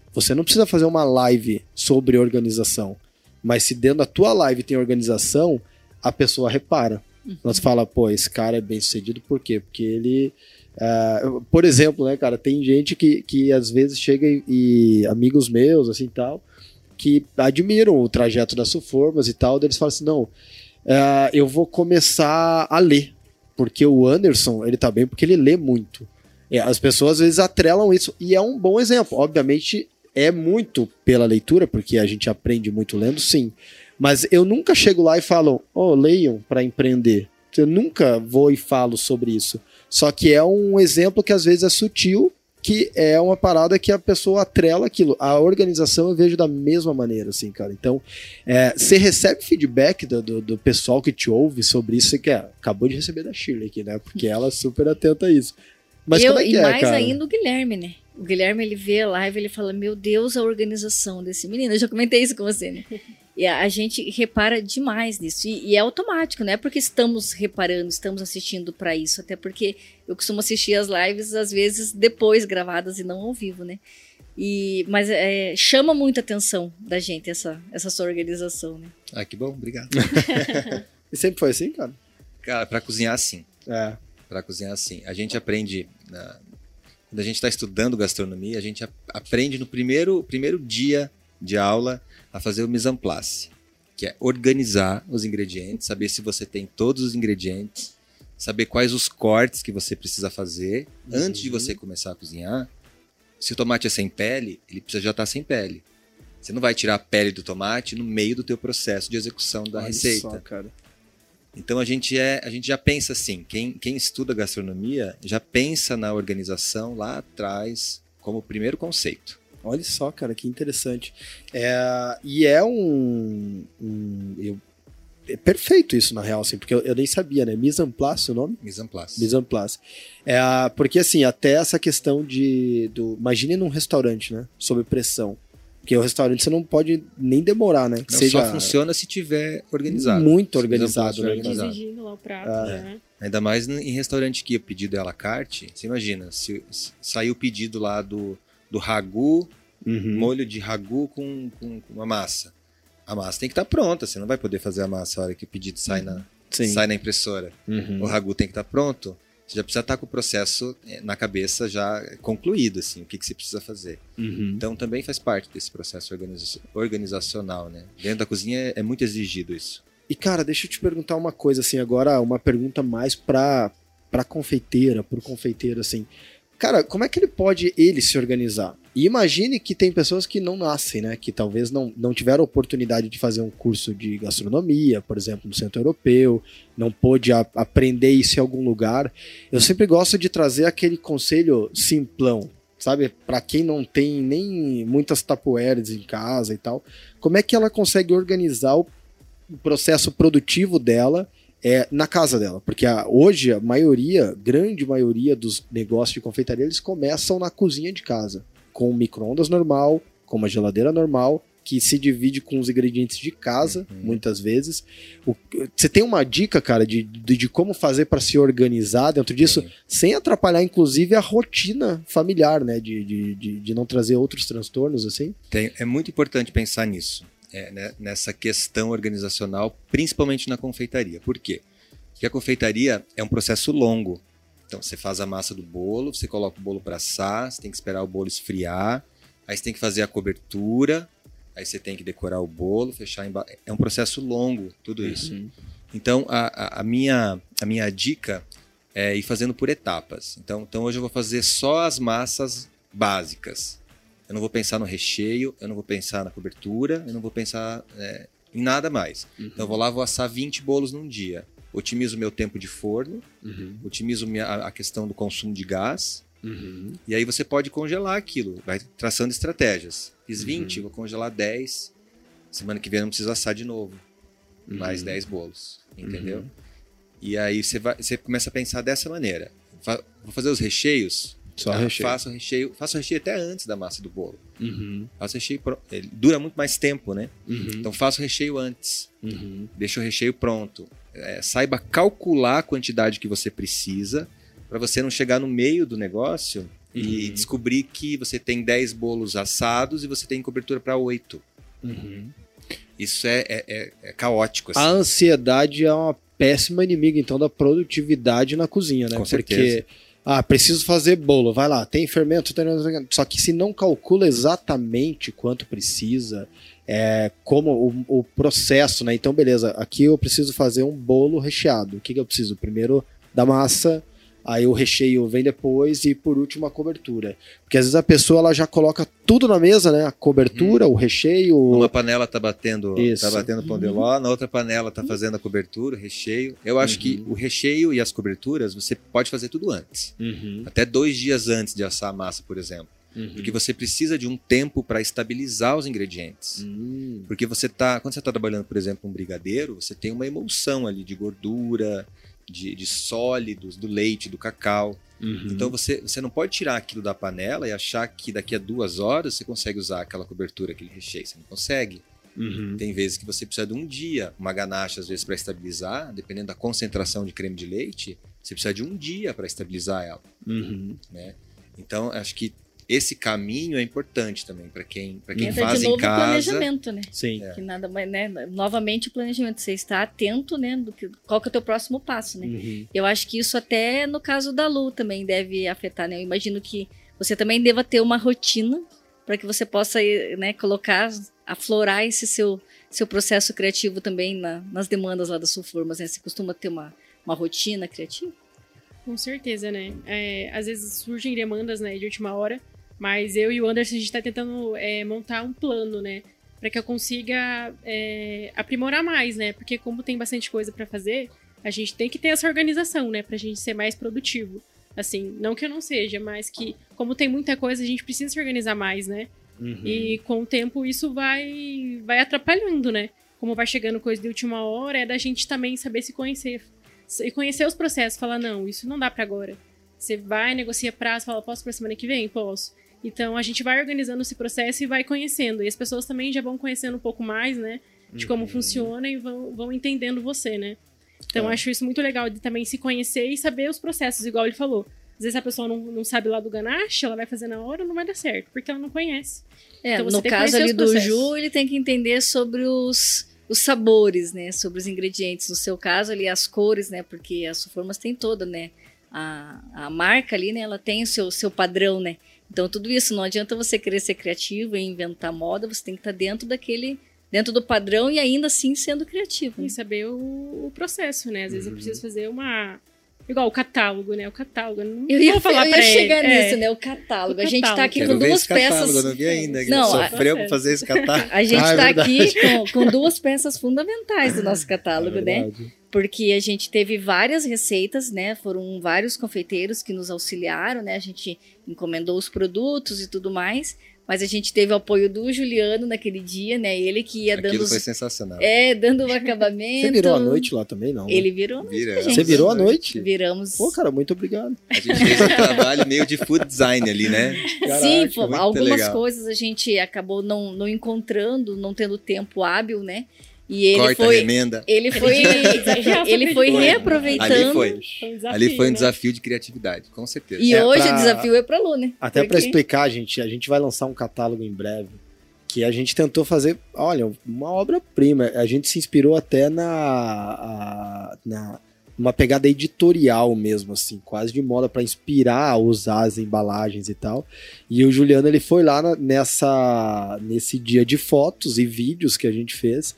Você não precisa fazer uma live sobre organização, mas se dentro da tua live tem organização, a pessoa repara. Uhum. Você fala, pô, esse cara é bem sucedido, por quê? Porque ele... Uh, por exemplo, né, cara, tem gente que, que às vezes chega e, e amigos meus, assim, tal, que admiram o trajeto das Suformas e tal, eles falam assim, não, uh, eu vou começar a ler, porque o Anderson, ele tá bem porque ele lê muito. E as pessoas às vezes atrelam isso, e é um bom exemplo. Obviamente é muito pela leitura, porque a gente aprende muito lendo, sim, mas eu nunca chego lá e falo, oh, leiam para empreender. Eu nunca vou e falo sobre isso. Só que é um exemplo que às vezes é sutil, que é uma parada que a pessoa atrela aquilo. A organização eu vejo da mesma maneira, assim, cara. Então, é, você recebe feedback do, do, do pessoal que te ouve sobre isso, você quer, acabou de receber da Shirley aqui, né? Porque ela é super atenta a isso. Mas eu, como é que e é, mais cara? ainda o Guilherme, né? O Guilherme, ele vê a live, ele fala, meu Deus, a organização desse menino. Eu já comentei isso com você, né? E a, a gente repara demais nisso. E, e é automático, não é porque estamos reparando, estamos assistindo para isso. Até porque eu costumo assistir as lives, às vezes, depois gravadas e não ao vivo, né? E, mas é, chama muita atenção da gente essa, essa sua organização, né? Ah, que bom, obrigado. E sempre foi assim, cara? Cara, para cozinhar, sim. É. Para cozinhar, sim. A gente aprende... Na... Quando a gente está estudando gastronomia, a gente a- aprende no primeiro, primeiro dia de aula a fazer o mise en place, que é organizar os ingredientes, saber se você tem todos os ingredientes, saber quais os cortes que você precisa fazer uhum. antes de você começar a cozinhar. Se o tomate é sem pele, ele precisa já estar sem pele. Você não vai tirar a pele do tomate no meio do teu processo de execução da Olha receita. Só, cara. Então a gente, é, a gente já pensa assim, quem, quem estuda gastronomia já pensa na organização lá atrás como primeiro conceito. Olha só, cara, que interessante. É, e é um... um eu, é perfeito isso, na real, assim, porque eu, eu nem sabia, né? Mise en place o nome? Mise en place. Mise en place. É, porque, assim, até essa questão de... Do, imagine num restaurante, né? Sob pressão. Porque o restaurante você não pode nem demorar, né? Que não, seja só funciona se tiver organizado. Muito organizado, né? Organizado. Exigindo lá o prato, Ah, né? Ainda mais em restaurante que o pedido é à la carte. Você imagina, se, se saiu o pedido lá do, do ragu, uhum. molho de ragu com, com, com uma massa. A massa tem que estar pronta, você não vai poder fazer a massa na hora que o pedido sai, na, sai na impressora. Uhum. O ragu tem que estar pronto. Você já precisa estar com o processo na cabeça já concluído, assim, o que, que você precisa fazer. Uhum. Então também faz parte desse processo organiza- organizacional, né? Dentro da cozinha é, é muito exigido isso. E, cara, deixa eu te perguntar uma coisa, assim, agora uma pergunta mais pra, pra confeiteira, pro confeiteiro, assim. Cara, como é que ele pode, ele, se organizar? E imagine que tem pessoas que não nascem, né? Que talvez não, não tiveram oportunidade de fazer um curso de gastronomia, por exemplo, no Centro Europeu, não pôde a, aprender isso em algum lugar. Eu sempre gosto de trazer aquele conselho simplão, sabe? Para quem não tem nem muitas tapoeiras em casa e tal, como é que ela consegue organizar o processo produtivo dela é, na casa dela? Porque a, hoje a maioria, grande maioria dos negócios de confeitaria, eles começam na cozinha de casa, com um micro-ondas normal, com uma geladeira normal, que se divide com os ingredientes de casa, uhum. muitas vezes. O, você tem uma dica, cara, de, de, de como fazer para se organizar dentro disso, Sim. sem atrapalhar, inclusive, a rotina familiar, né? De, de, de, de não trazer outros transtornos, assim? Tem, é muito importante pensar nisso, é, né, nessa questão organizacional, principalmente na confeitaria. Por quê? Porque a confeitaria é um processo longo. Então, você faz a massa do bolo, você coloca o bolo para assar, você tem que esperar o bolo esfriar, aí você tem que fazer a cobertura, aí você tem que decorar o bolo, fechar emba... É um processo longo, tudo isso. Uhum. Então, a, a, a, minha, a minha dica é ir fazendo por etapas. Então, então, hoje eu vou fazer só as massas básicas. Eu não vou pensar no recheio, eu não vou pensar na cobertura, eu não vou pensar é, em nada mais. Uhum. Então, eu vou lá, vou assar vinte bolos num dia. Otimizo o meu tempo de forno, uhum. otimizo minha, a questão do consumo de gás, uhum. e aí você pode congelar aquilo, vai traçando estratégias. Fiz vinte, uhum. vou congelar dez, semana que vem eu não preciso assar de novo, uhum. mais dez bolos, entendeu? Uhum. E aí você, vai, você começa a pensar dessa maneira. Vou fazer os recheios, Só ah, recheio. Faço, recheio, faço recheio até antes da massa do bolo. Uhum. Faço recheio, ele dura muito mais tempo, né? Uhum. Então faço recheio antes, uhum. deixa o recheio pronto. É, saiba calcular a quantidade que você precisa para você não chegar no meio do negócio e Uhum. descobrir que você tem dez bolos assados e você tem cobertura para oito. Uhum. Isso é, é, é, é caótico. Assim. A ansiedade é uma péssima inimiga, então, da produtividade na cozinha, né? Com Porque, certeza. ah, preciso fazer bolo, vai lá, tem fermento, tem... só que se não calcula exatamente quanto precisa, é, como o, o processo, né? Então, beleza, aqui eu preciso fazer um bolo recheado. O que, que eu preciso? Primeiro da massa, aí o recheio vem depois e por último a cobertura. Porque às vezes a pessoa ela já coloca tudo na mesa, né? A cobertura, Uhum. o recheio... Uma panela tá batendo, Isso. tá batendo pão de ló, na outra panela tá fazendo a cobertura, o recheio. Eu acho Uhum. que o recheio e as coberturas você pode fazer tudo antes. Uhum. Até dois dias antes de assar a massa, por exemplo. Uhum. Porque você precisa de um tempo para estabilizar os ingredientes. Hum. Porque você tá, quando você está trabalhando, por exemplo, um brigadeiro, você tem uma emulsão ali de gordura, de, de sólidos, do leite, do cacau. Uhum. Então você, você não pode tirar aquilo da panela e achar que daqui a duas horas você consegue usar aquela cobertura, aquele recheio. Você não consegue. Uhum. Tem vezes que você precisa de um dia, uma ganache às vezes para estabilizar, dependendo da concentração de creme de leite, você precisa de um dia para estabilizar ela. Uhum. Né? Então acho que esse caminho é importante também para quem, para quem Entra faz de novo em o casa. planejamento, né? Sim. É. Que nada mais, né? Novamente o planejamento. Você está atento, né? Do que, qual que é o teu próximo passo, né? Uhum. Eu acho que isso até no caso da Lu também deve afetar, né? Eu imagino que você também deva ter uma rotina para que você possa, né, colocar, aflorar esse seu, seu processo criativo também na, nas demandas lá das Sulformas, né? Você costuma ter uma, uma rotina criativa? Com certeza, né? É, às vezes surgem demandas, né, de última hora, mas eu e o Anderson, a gente tá tentando é, montar um plano, né? Para que eu consiga é, aprimorar mais, né? Porque como tem bastante coisa para fazer, a gente tem que ter essa organização, né? Pra gente ser mais produtivo. Assim, não que eu não seja, mas que como tem muita coisa, a gente precisa se organizar mais, né? Uhum. E com o tempo isso vai, vai atrapalhando, né? Como vai chegando coisa de última hora, é da gente também saber se conhecer. E conhecer os processos, falar, não, isso não dá pra agora. Você vai, negocia prazo, fala, posso pra semana que vem? Posso. Então a gente vai organizando esse processo e vai conhecendo. E as pessoas também já vão conhecendo um pouco mais, né? De como Uhum. funciona e vão, vão entendendo você, né? Então É. acho isso muito legal de também se conhecer e saber os processos, igual ele falou. Às vezes a pessoa não, não sabe lá do ganache, ela vai fazer na hora, não vai dar certo, porque ela não conhece. É, Então, você no tem que caso conhecer ali os do processos. Ju, ele tem que entender sobre os, os sabores, né? Sobre os ingredientes. No seu caso ali, as cores, né? Porque as Sulformas tem toda, né? A, a marca ali, né? Ela tem o seu, seu padrão, né? Então tudo isso, não adianta você querer ser criativo e inventar moda, você tem que estar dentro daquele, dentro do padrão e ainda assim sendo criativo. Né? E saber o, o processo, né? Às vezes Uhum. eu preciso fazer uma... Igual o catálogo, né? O catálogo. Eu não Eu ia, vou falar eu pra ia chegar ele. nisso, É. né? O catálogo. O A gente tá catálogo. aqui Quero com ver duas esse catálogo, peças. eu não vi ainda. Não, Sofreu a- pra fazer esse catálogo. A gente Ah, é tá verdade. aqui com, com duas peças fundamentais do nosso catálogo, É né? verdade. Porque a gente teve várias receitas, né? Foram vários confeiteiros que nos auxiliaram, né? A gente encomendou os produtos e tudo mais, mas a gente teve o apoio do Juliano naquele dia, né? Ele que ia Aquilo dando os, foi sensacional. é, dando o acabamento. Você virou a noite lá também, não? né? Ele virou a noite Vira. pra gente. Você virou a noite? Viramos. Pô, cara, muito obrigado. A gente fez um trabalho meio de food design ali, né? Sim, Caraca, pô, muito algumas legal. coisas a gente acabou não, não encontrando, não tendo tempo hábil, né? E ele Corta, foi, remenda. ele foi, Desafiar ele sobre foi isso. reaproveitando. Ali foi. Foi um desafio, Ali foi um né? desafio de criatividade, com certeza. E É, hoje pra- o desafio é pra Lu, né? Até pra Porque- explicar, gente, a gente vai lançar um catálogo em breve que a gente tentou fazer, olha, uma obra-prima. A gente se inspirou até na, a- na uma pegada editorial mesmo, assim, quase de moda para inspirar a usar as embalagens e tal. E o Juliano, ele foi lá na- nessa nesse dia de fotos e vídeos que a gente fez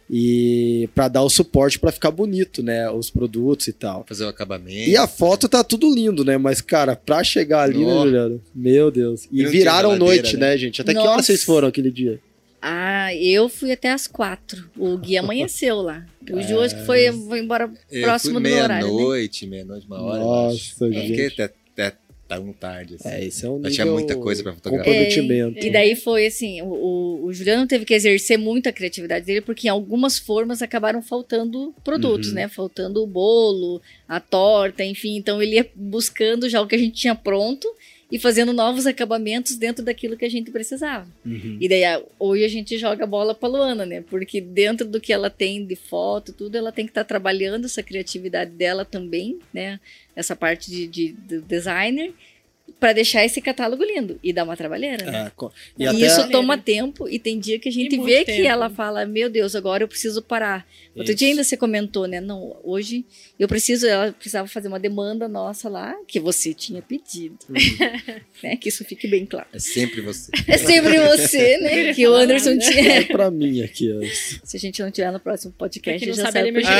e para dar o suporte para ficar bonito, né, os produtos e tal. Fazer o acabamento. E a foto tá tudo lindo, né? Mas, cara, pra chegar ali, né, Nó. Juliano? Meu Deus. E E não viraram tinha geladeira, noite, né? né, gente? Até que Nossa. hora vocês foram aquele dia? Ah, eu fui até às quatro. O Gui amanheceu lá. O Ju acho que foi, foi embora Eu próximo fui do meu horário, né? meia-noite, meia-noite, uma hora. eu Nossa, acho. Eu gente. fiquei até, até tão tarde. Assim. É, isso é um Já nível... tinha muita coisa pra fotografar. Comprometimento. E daí foi assim, o, o, o Juliano teve que exercer muito a criatividade dele, porque em algumas formas acabaram faltando produtos, Uhum. né? Faltando o bolo, a torta, enfim. Então ele ia buscando já o que a gente tinha pronto e fazendo novos acabamentos dentro daquilo que a gente precisava. Uhum. E daí a- hoje a gente joga a bola pra Luana, né? Porque dentro do que ela tem de foto, tudo, ela tem que estar trabalhando essa criatividade dela também, né? Essa parte de, de, de designer. para deixar esse catálogo lindo e dar uma trabalheira, né? É, e e até... isso toma tempo e tem dia que a gente vê que tempo. ela fala, meu Deus, agora eu preciso parar. Isso. Outro dia ainda você comentou, né? Não, hoje eu preciso, ela precisava fazer uma demanda nossa lá, que você tinha pedido. Uhum. Né? Que isso fique bem claro. É sempre você. É sempre você, né? Que o Anderson tinha. É pra mim aqui. Ó. Se a gente não tiver no próximo podcast, não já sabe sabe meu por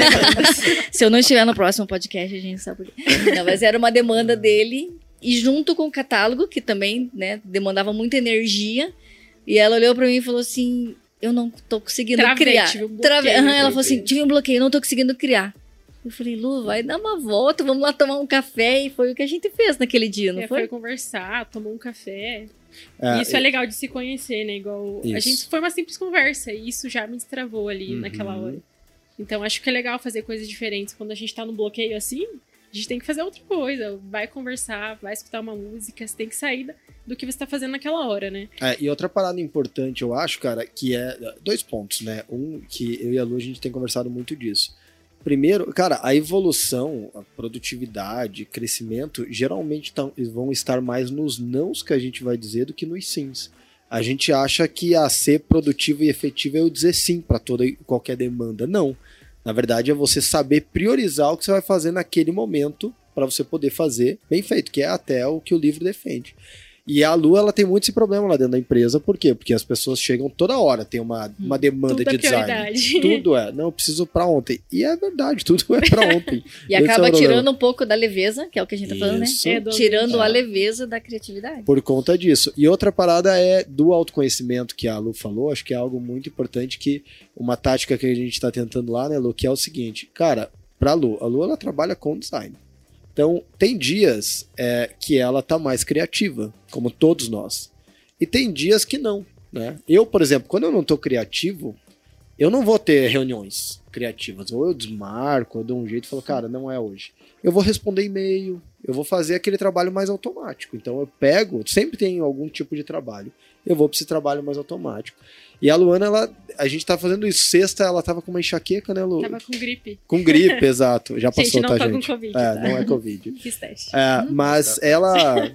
quê. Se eu não estiver no próximo podcast, a gente sabe por quê. Não, mas era uma demanda dele. E junto com o catálogo, que também, né, demandava muita energia. E ela olhou pra mim e falou assim, eu não tô conseguindo Travei, criar. Tive um Trave... Uhum, ela falou assim, tive um bloqueio, não tô conseguindo criar. Eu falei, Lu, vai dar uma volta, vamos lá tomar um café. E foi o que a gente fez naquele dia, não é, foi? Foi conversar, tomou um café. É, isso é legal de se conhecer, né? Igual isso. A gente foi uma simples conversa e isso já me destravou ali uhum. naquela hora. Então acho que é legal fazer coisas diferentes. Quando a gente tá num bloqueio assim, a gente tem que fazer outra coisa. Vai conversar, vai escutar uma música, você tem que sair do que você tá fazendo naquela hora, né? É, e outra parada importante, eu acho, cara, que é dois pontos, né? Um, que eu e a Lu, a gente tem conversado muito disso. Primeiro, cara, a evolução, a produtividade, crescimento, geralmente tão, vão estar mais nos nãos que a gente vai dizer do que nos sims. A gente acha que a ser produtivo e efetivo é eu dizer sim para toda e qualquer demanda. Não. Na verdade, é você saber priorizar o que você vai fazer naquele momento para você poder fazer bem feito, que é até o que o livro defende. E a Lu, ela tem muito esse problema lá dentro da empresa. Por quê? Porque as pessoas chegam toda hora, tem uma, uma demanda tudo de é design. Prioridade. Tudo é. Não, eu preciso pra ontem. E é verdade, tudo é pra ontem. E acaba é tirando um pouco da leveza, que é o que a gente tá falando, Isso. né? É, tirando é. a leveza da criatividade. Por conta disso. E outra parada é do autoconhecimento que a Lu falou. Acho que é algo muito importante, que uma tática que a gente tá tentando lá, né, Lu, que é o seguinte. Cara, pra Lu, a Lu, ela trabalha com design. Então, tem dias é, que ela tá mais criativa, como todos nós. E tem dias que não, né? Eu, por exemplo, quando eu não tô criativo, eu não vou ter reuniões criativas. Ou eu desmarco, eu dou um jeito e falo, cara, não é hoje. Eu vou responder e-mail, eu vou fazer aquele trabalho mais automático. Então, eu pego, sempre tem algum tipo de trabalho. Eu vou para esse trabalho mais automático. E a Luana, ela, a gente tá fazendo isso. Sexta, ela tava com uma enchaqueca, né, Lu? Tava com gripe. Com gripe, exato. Já passou, gente, não tá, tá gente? Com Covid, é, tá? não é Covid. Fiz teste. É, hum, mas tá, ela...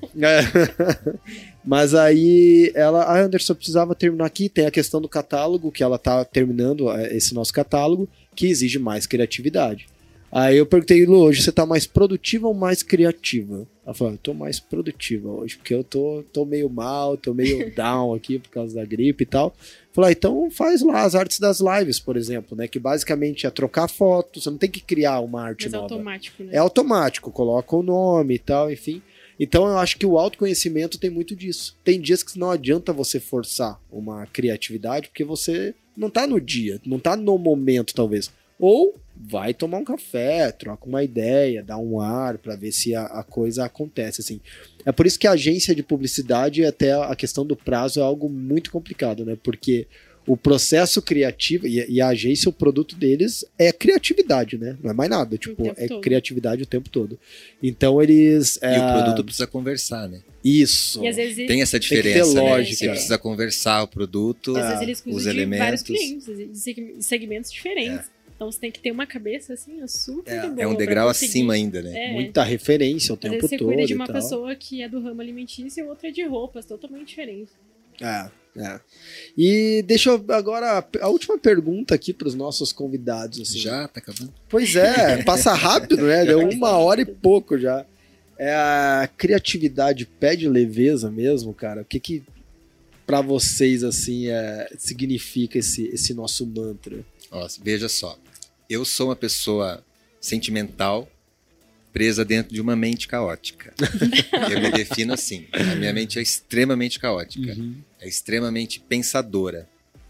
mas aí, ela... Ah, Anderson, eu precisava terminar aqui. Tem a questão do catálogo, que ela tá terminando esse nosso catálogo, que exige mais criatividade. Aí eu perguntei, Lu, hoje você tá mais produtiva ou mais criativa? Ela falou, eu tô mais produtiva hoje, porque eu tô, tô meio mal, tô meio down aqui por causa da gripe e tal. Falei, ah, então faz lá as artes das lives, por exemplo, né? Que basicamente é trocar fotos, você não tem que criar uma arte Mas nova. é automático, né? É automático, coloca o nome e tal, enfim. Então eu acho que o autoconhecimento tem muito disso. Tem dias que não adianta você forçar uma criatividade, porque você não tá no dia, não tá no momento, talvez. Ou vai tomar um café, troca uma ideia, dá um ar para ver se a, a coisa acontece, assim. É por isso que a agência de publicidade, até a questão do prazo é algo muito complicado, né? Porque o processo criativo e, e a agência, o produto deles é criatividade, né? Não é mais nada, tipo, é todo. Criatividade o tempo todo. Então eles... É... E o produto precisa conversar, né? Isso. E às vezes tem essa diferença, tem né? Você precisa conversar o produto, às vezes eles os de elementos. Vários clientes, de segmentos diferentes. É. Então você tem que ter uma cabeça assim, super é, boa. É um degrau acima ainda, né? É. Muita referência o tempo todo. Às vezes você cuida de uma pessoa que é do ramo alimentício e outra é de roupas, totalmente diferente. É, é. E deixa eu agora a última pergunta aqui para os nossos convidados. Assim. Já tá acabando? Pois é, passa rápido, né? Deu uma hora e pouco já. É, a criatividade pede leveza mesmo, cara? O que que para vocês assim é, significa esse, esse nosso mantra? Nossa, veja só. Eu sou uma pessoa sentimental presa dentro de uma mente caótica. Eu me defino assim. A minha mente é extremamente caótica. Uhum. É extremamente pensadora.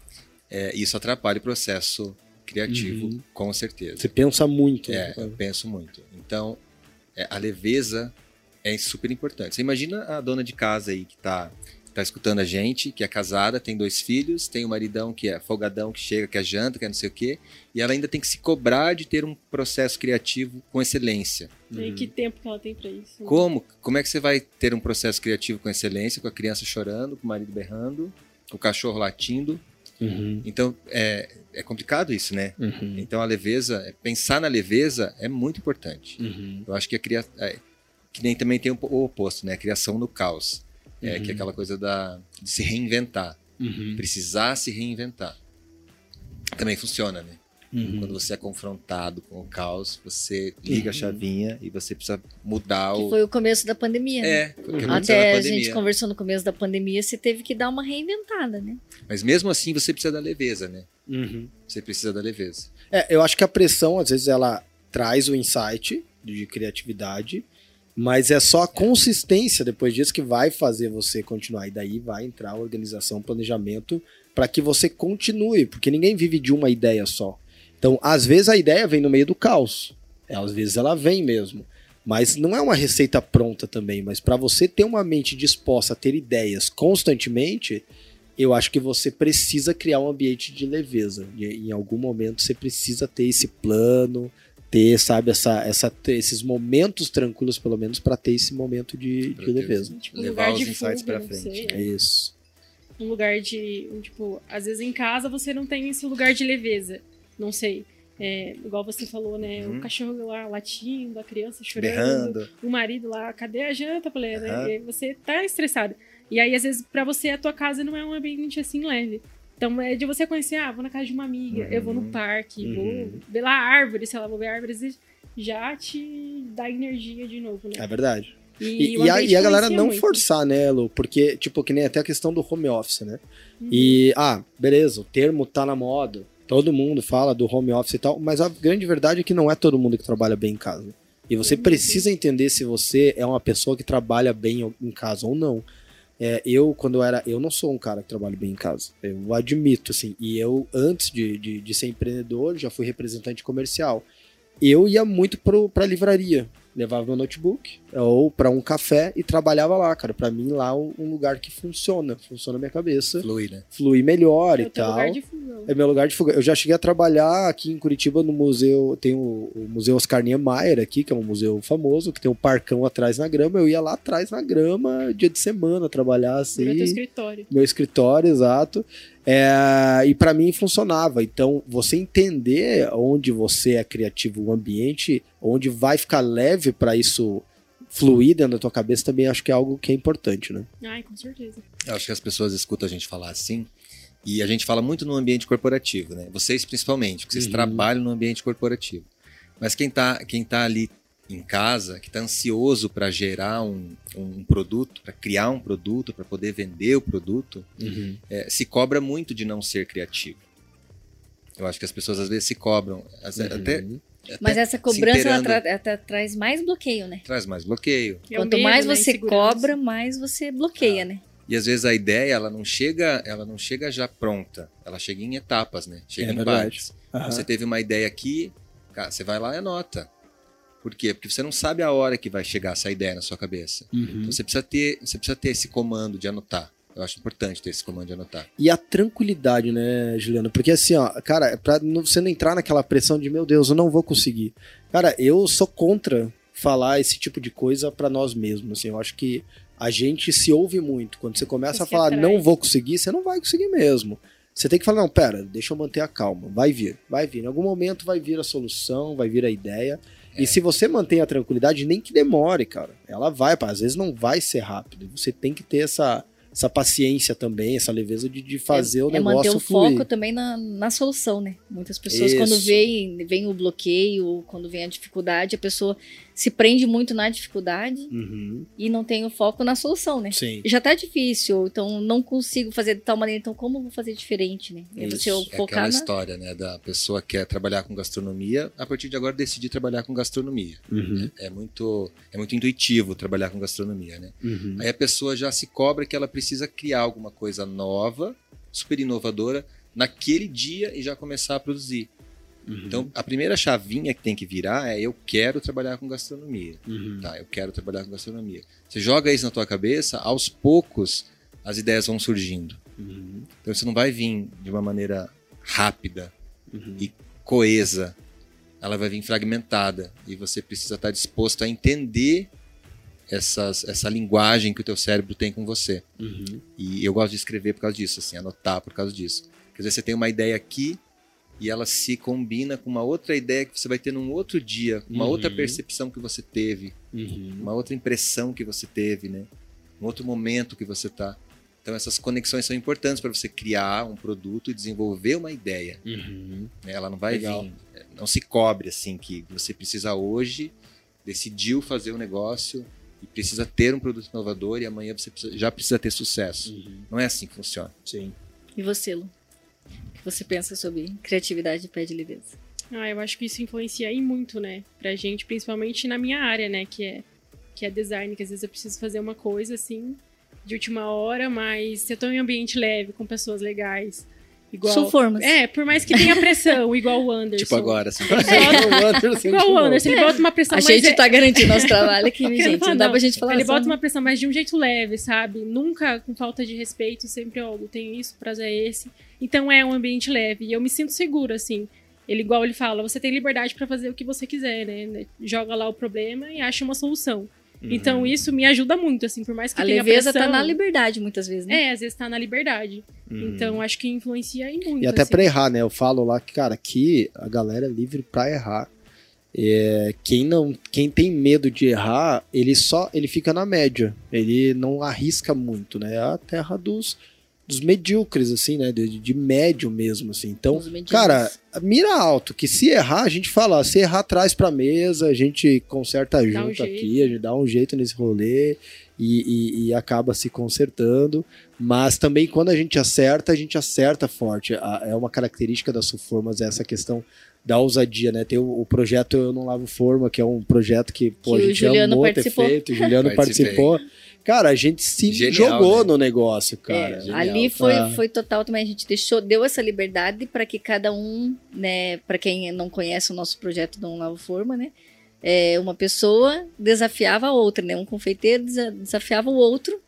É, isso atrapalha o processo criativo, uhum. com certeza. Você pensa muito. É, né? Eu penso muito. Então, é, a leveza é super importante. Você imagina a dona de casa aí que está tá escutando a gente, que é casada, tem dois filhos, tem um maridão que é folgadão, que chega, que é janta, que é não sei o quê, e ela ainda tem que se cobrar de ter um processo criativo com excelência. E uhum. que tempo que ela tem pra isso? Né? Como? Como é que você vai ter um processo criativo com excelência, com a criança chorando, com o marido berrando, com o cachorro latindo? Uhum. Então, é, é complicado isso, né? Uhum. Então, a leveza, pensar na leveza é muito importante. Uhum. Eu acho que a criação... É, Que nem também tem o oposto, né? A criação no caos. É, uhum. que é aquela coisa da, de se reinventar. Uhum. Precisar se reinventar. Também funciona, né? Uhum. Quando você é confrontado com o caos, você liga uhum. a chavinha e você precisa mudar que o... foi o começo da pandemia, né? É, uhum. Até a gente conversou no começo da pandemia, você teve que dar uma reinventada, né? Mas mesmo assim, você precisa da leveza, né? Uhum. Você precisa da leveza. É, eu acho que a pressão, às vezes, ela traz o insight de criatividade, mas é só a consistência depois disso que vai fazer você continuar. E daí vai entrar a organização, planejamento, para que você continue, porque ninguém vive de uma ideia só. Então, às vezes a ideia vem no meio do caos, às vezes ela vem mesmo, mas não é uma receita pronta também, mas para você ter uma mente disposta a ter ideias constantemente, eu acho que você precisa criar um ambiente de leveza. Em algum momento você precisa ter esse plano, ter, sabe, essa, essa, ter esses momentos tranquilos, pelo menos, para ter esse momento de, de leveza. Tipo, levar os insights para frente. Sei, é isso. Um lugar de, um, tipo, às vezes em casa você não tem esse lugar de leveza. Não sei, é, igual você falou, né? Uhum. O cachorro lá latindo, a criança chorando, berrando. O marido lá, cadê a janta, play, né? Uhum. E aí você tá estressado. E aí, às vezes, pra você, a tua casa não é um ambiente assim leve. Então, é de você conhecer, ah, vou na casa de uma amiga, uhum. eu vou no parque, uhum. vou ver lá árvores, sei lá, vou ver árvores, já te dá energia de novo, né? É verdade. E, e, e, a, e a galera não muito. forçar, né, Lu? Porque, tipo, que nem até a questão do home office, né? Uhum. E, ah, beleza, o termo tá na moda. Todo mundo fala do home office e tal, mas a grande verdade é que não é todo mundo que trabalha bem em casa. E você uhum. precisa entender se você é uma pessoa que trabalha bem em casa ou não. É, eu, quando eu era... Eu não sou um cara que trabalha bem em casa. Eu admito, assim. E eu, antes de, de, de ser empreendedor, já fui representante comercial. Eu ia muito pro, pra livraria. Levava meu notebook ou para um café e trabalhava lá, cara. Para mim, lá é um lugar que funciona. Funciona na minha cabeça. Flui, né? Flui melhor é e tal. Lugar de fuga. É meu lugar de fuga. Eu já cheguei a trabalhar aqui em Curitiba no museu. Tem o, o Museu Oscar Niemeyer aqui, que é um museu famoso, que tem um parcão atrás na grama. Eu ia lá atrás na grama, dia de semana, trabalhar assim. Meu escritório. Meu escritório, exato. É, e para mim funcionava. Então, você entender onde você é criativo, o ambiente, onde vai ficar leve para isso fluir dentro da tua cabeça, também acho que é algo que é importante, né? Ai, com certeza. Eu acho que as pessoas escutam a gente falar assim, e a gente fala muito no ambiente corporativo, né? Vocês principalmente, porque vocês uhum. trabalham no ambiente corporativo. Mas quem tá, quem tá ali em casa, que está ansioso para gerar um, um produto, para criar um produto, para poder vender o produto, uhum. é, se cobra muito de não ser criativo. Eu acho que as pessoas às vezes se cobram. Uhum. Até, até Mas essa cobrança ela tra ela traz mais bloqueio, né? Traz mais bloqueio. É Quanto medo, mais você cobra, mais você bloqueia, ah. né? E às vezes a ideia ela não chega, ela não chega já pronta. Ela chega em etapas, né? Chega é em verdade. partes. Uhum. Você teve uma ideia aqui, cara, você vai lá e anota. Por quê? Porque você não sabe a hora que vai chegar essa ideia na sua cabeça. Uhum. Então você precisa ter, você precisa ter esse comando de anotar. Eu acho importante ter esse comando de anotar. E a tranquilidade, né, Juliano? Porque assim, ó, cara, pra você não entrar naquela pressão de, meu Deus, eu não vou conseguir. Cara, eu sou contra falar esse tipo de coisa pra nós mesmos. Assim, eu acho que a gente se ouve muito. Quando você começa você a falar, atrai. não vou conseguir, você não vai conseguir mesmo. Você tem que falar, não, pera, deixa eu manter a calma. Vai vir, vai vir. Em algum momento vai vir a solução, vai vir a ideia. É. E se você mantém a tranquilidade, nem que demore, cara. Ela vai, pá, às vezes não vai ser rápido. Você tem que ter essa, essa paciência também, essa leveza de, de fazer é, o negócio fluir. É manter o fluir. foco também na, na solução, né? Muitas pessoas, Isso. quando vem, vem o bloqueio, quando vem a dificuldade, a pessoa se prende muito na dificuldade uhum. e não tem o foco na solução, né? Sim. Já tá difícil, então não consigo fazer de tal maneira, então como eu vou fazer diferente, né? Isso. Você é focar aquela na... história, né? Da pessoa que quer trabalhar com gastronomia, a partir de agora decidir trabalhar com gastronomia. Uhum. É, é, muito, é muito intuitivo trabalhar com gastronomia, né? Uhum. Aí a pessoa já se cobra que ela precisa criar alguma coisa nova, super inovadora, naquele dia e já começar a produzir. Uhum. Então, a primeira chavinha que tem que virar é eu quero trabalhar com gastronomia. Uhum. Tá, eu quero trabalhar com gastronomia. Você joga isso na tua cabeça, aos poucos as ideias vão surgindo. Uhum. Então, você não vai vir de uma maneira rápida uhum. e coesa. Ela vai vir fragmentada. E você precisa estar disposto a entender essas, essa linguagem que o teu cérebro tem com você. Uhum. E eu gosto de escrever por causa disso, assim, anotar por causa disso. Quer dizer, você tem uma ideia aqui e ela se combina com uma outra ideia que você vai ter num outro dia, uma uhum. outra percepção que você teve uhum. uma outra impressão que você teve, né? Um outro momento que você está. Então essas conexões são importantes para você criar um produto e desenvolver uma ideia. Uhum. Ela não vai Legal. vir, não se cobre assim que você precisa hoje, decidiu fazer um negócio e precisa ter um produto inovador e amanhã você precisa, já precisa ter sucesso. Uhum. Não é assim que funciona. Sim. E você, Lu? O que você pensa sobre criatividade e pé de leveza? Ah, eu acho que isso influencia aí muito, né? Pra gente, principalmente na minha área, né? Que é, que é design, que às vezes eu preciso fazer uma coisa assim de última hora, mas se eu tô em um ambiente leve, com pessoas legais, igual... São formas. É, por mais que tenha pressão, igual o Anderson. Tipo agora, assim. É. O Anderson, igual o Anderson, ele bota uma pressão a mais... A gente tá garantindo nosso trabalho aqui, gente, não, não dá pra gente falar. Ele só... bota uma pressão mais de um jeito leve, sabe? Nunca com falta de respeito, sempre, ó, eu tenho isso, o prazo é esse. Então é um ambiente leve, e eu me sinto segura, assim. Ele, igual ele fala, você tem liberdade pra fazer o que você quiser, né? Joga lá o problema e acha uma solução. Uhum. Então isso me ajuda muito, assim, por mais que a tenha leveza pressão... tá na liberdade, muitas vezes, né? É, às vezes tá na liberdade. Uhum. Então acho que influencia aí muito. E até assim. pra errar, né? Eu falo lá que, cara, aqui a galera é livre pra errar. É, quem, não, quem tem medo de errar, ele só ele fica na média. Ele não arrisca muito, né? É a terra dos... dos medíocres, assim, né, de, de médio mesmo, assim, então, cara, mira alto, que se errar, a gente fala, se errar, traz pra mesa, a gente conserta junto um aqui, a gente dá um jeito nesse rolê e, e, e acaba se consertando, mas também quando a gente acerta, a gente acerta forte, é uma característica da Sulformas, essa questão da ousadia, né? Tem o, o projeto Eu Não Lavo Forma, que é um projeto que, pô, que a gente amou ter feito, o Juliano participou. Cara, a gente se Genial, jogou né? no negócio, cara. É, ali foi, ah. foi total também, a gente deixou, deu essa liberdade para que cada um, né, para quem não conhece o nosso projeto Não Lavo Forma, né, é, uma pessoa desafiava a outra, né, um confeiteiro desafiava o outro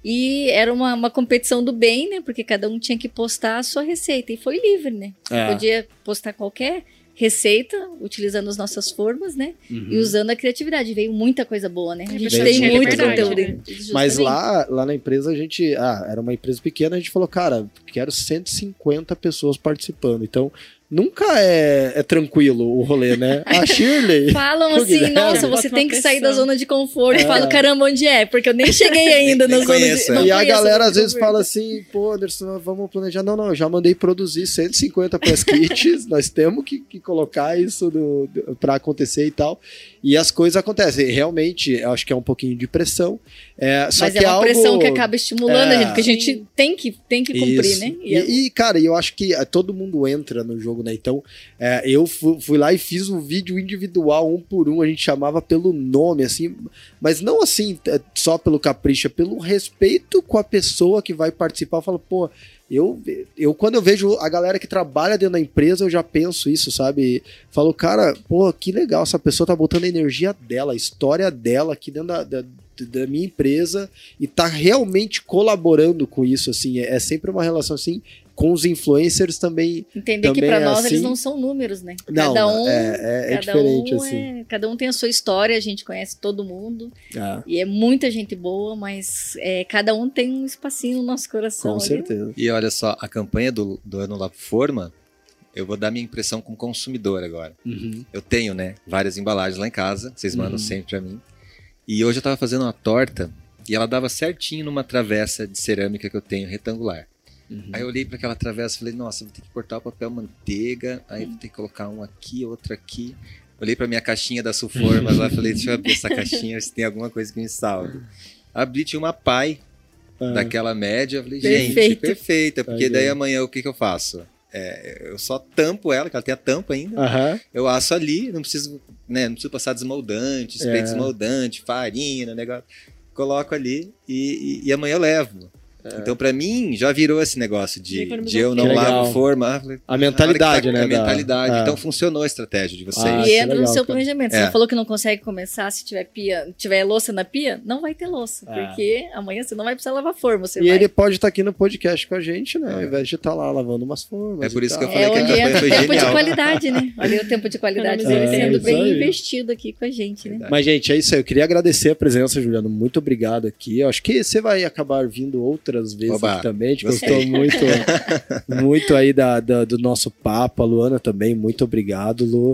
e era uma, uma competição do bem, né, porque cada um tinha que postar a sua receita e foi livre, né, é. Podia postar qualquer receita, utilizando as nossas formas, né? Uhum. E usando a criatividade. Veio muita coisa boa, né? A gente Veio tem muito verdade, conteúdo. Né? Mas lá, lá na empresa a gente... Ah, era uma empresa pequena, a gente falou, cara, quero cento e cinquenta pessoas participando. Então, nunca é, é tranquilo o rolê, né? A Shirley... Falam assim, nossa, você tem que sair da zona de conforto. É. Falo, caramba, onde é? Porque eu nem cheguei ainda na zona de... Não e a galera às vezes fala assim, pô, Anderson, vamos planejar. Não, não, eu já mandei produzir cento e cinquenta press kits, nós temos que, que colocar isso do, do, pra acontecer e tal. E as coisas acontecem. Realmente, eu acho que é um pouquinho de pressão. É, só Mas que é uma algo... pressão que acaba estimulando é... a gente, porque a gente tem que, tem que cumprir, isso. né? E, e, e, cara, eu acho que todo mundo entra no jogo, né? Então, é, eu fui, fui lá e fiz um vídeo individual, um por um, a gente chamava pelo nome, assim, mas não assim, só pelo capricho, é pelo respeito com a pessoa que vai participar. Eu falo, pô, eu, eu quando eu vejo a galera que trabalha dentro da empresa, eu já penso isso, sabe? Falo, cara, pô, que legal, essa pessoa tá botando a energia dela, a história dela aqui dentro da, da, da minha empresa e tá realmente colaborando com isso, assim, é, é sempre uma relação assim. Com os influencers também. Entender também que para é nós assim. Eles não são números, né? Não, cada um é, é, é cada diferente, um assim. É, cada um tem a sua história, a gente conhece todo mundo. Ah. E é muita gente boa, mas é, cada um tem um espacinho no nosso coração. Com ali. certeza. E olha só, a campanha do, do Ano Lavo Forma, eu vou dar minha impressão como consumidor agora. Uhum. Eu tenho, né, várias embalagens lá em casa, vocês mandam uhum. sempre pra mim. E hoje eu tava fazendo uma torta e ela dava certinho numa travessa de cerâmica que eu tenho, retangular. Uhum. Aí eu olhei para aquela travessa e falei, nossa, vou ter que cortar o papel manteiga, aí vou ter que colocar um aqui, outro aqui. Olhei para minha caixinha da Sulformas lá e falei, deixa eu abrir essa caixinha, se tem alguma coisa que me salve. Abri, tinha uma pai ah. daquela média, eu falei, gente, Perfeito. perfeita, porque daí amanhã o que, que eu faço? É, eu só tampo ela, que ela tem a tampa ainda, uhum. eu asso ali, não preciso, né, não preciso passar desmoldante, spray é. desmoldante, farinha, negócio. Coloco ali e, e, e amanhã eu levo. É. Então, pra mim, já virou esse negócio de, de eu não lavo forma. A mentalidade, tá, né? A mentalidade. Da... Então, funcionou a estratégia de vocês. Ah, e entra legal, no seu cara. planejamento. É. Você falou que não consegue começar se tiver pia, tiver louça na pia, não vai ter louça. É. Porque amanhã você não vai precisar lavar forma. Você e vai... ele pode estar aqui no podcast com a gente, né? É. Ao invés de estar lá lavando umas formas. É por isso tal. que eu falei é que a campanha foi genial. É o tempo de genial. qualidade, né? Olha o tempo de qualidade dele é, sendo bem aí. investido aqui com a gente, né? Mas, gente, é isso aí. Eu queria agradecer a presença, Juliano. Muito obrigado aqui. Eu acho que você vai acabar vindo outras vezes Oba. aqui também. A gente gostou muito, muito aí da, da, do nosso papo. A Luana também, muito obrigado, Lu.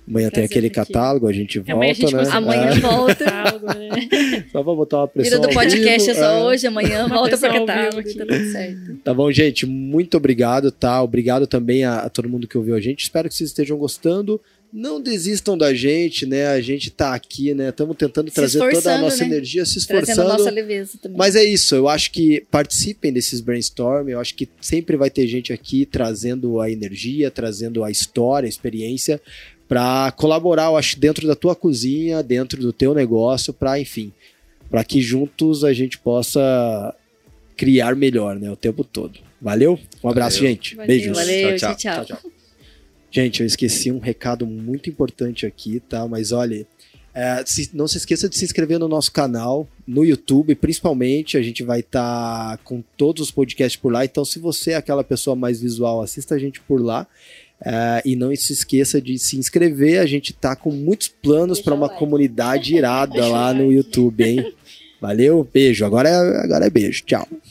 Amanhã tem aquele catálogo, a gente volta, amanhã a gente né? Amanhã ah. volta. Só pra botar uma pressão. Vida do podcast é só ah. hoje, amanhã volta pro catálogo, tá tudo certo. Tá bom, gente? Muito obrigado, tá? Obrigado também a, a todo mundo que ouviu a gente. Espero que vocês estejam gostando. Não desistam da gente, né? A gente tá aqui, né? Estamos tentando trazer toda a nossa né? energia, se esforçando. Trazendo a nossa leveza também. Mas é isso, eu acho que participem desses brainstorm, eu acho que sempre vai ter gente aqui trazendo a energia, trazendo a história, a experiência, para colaborar, eu acho, dentro da tua cozinha, dentro do teu negócio, para, enfim, para que juntos a gente possa criar melhor, né? O tempo todo. Valeu? Um abraço, Valeu. gente. Valeu. Beijos. Valeu, tchau, tchau. tchau, tchau. Gente, eu esqueci um recado muito importante aqui, tá? Mas olha, é, se, não se esqueça de se inscrever no nosso canal, no YouTube, principalmente. A gente vai estar tá com todos os podcasts por lá. Então, se você é aquela pessoa mais visual, assista a gente por lá. É, e não se esqueça de se inscrever. A gente tá com muitos planos para uma like. comunidade irada lá no YouTube, hein? Valeu, beijo. Agora é, agora é beijo. Tchau.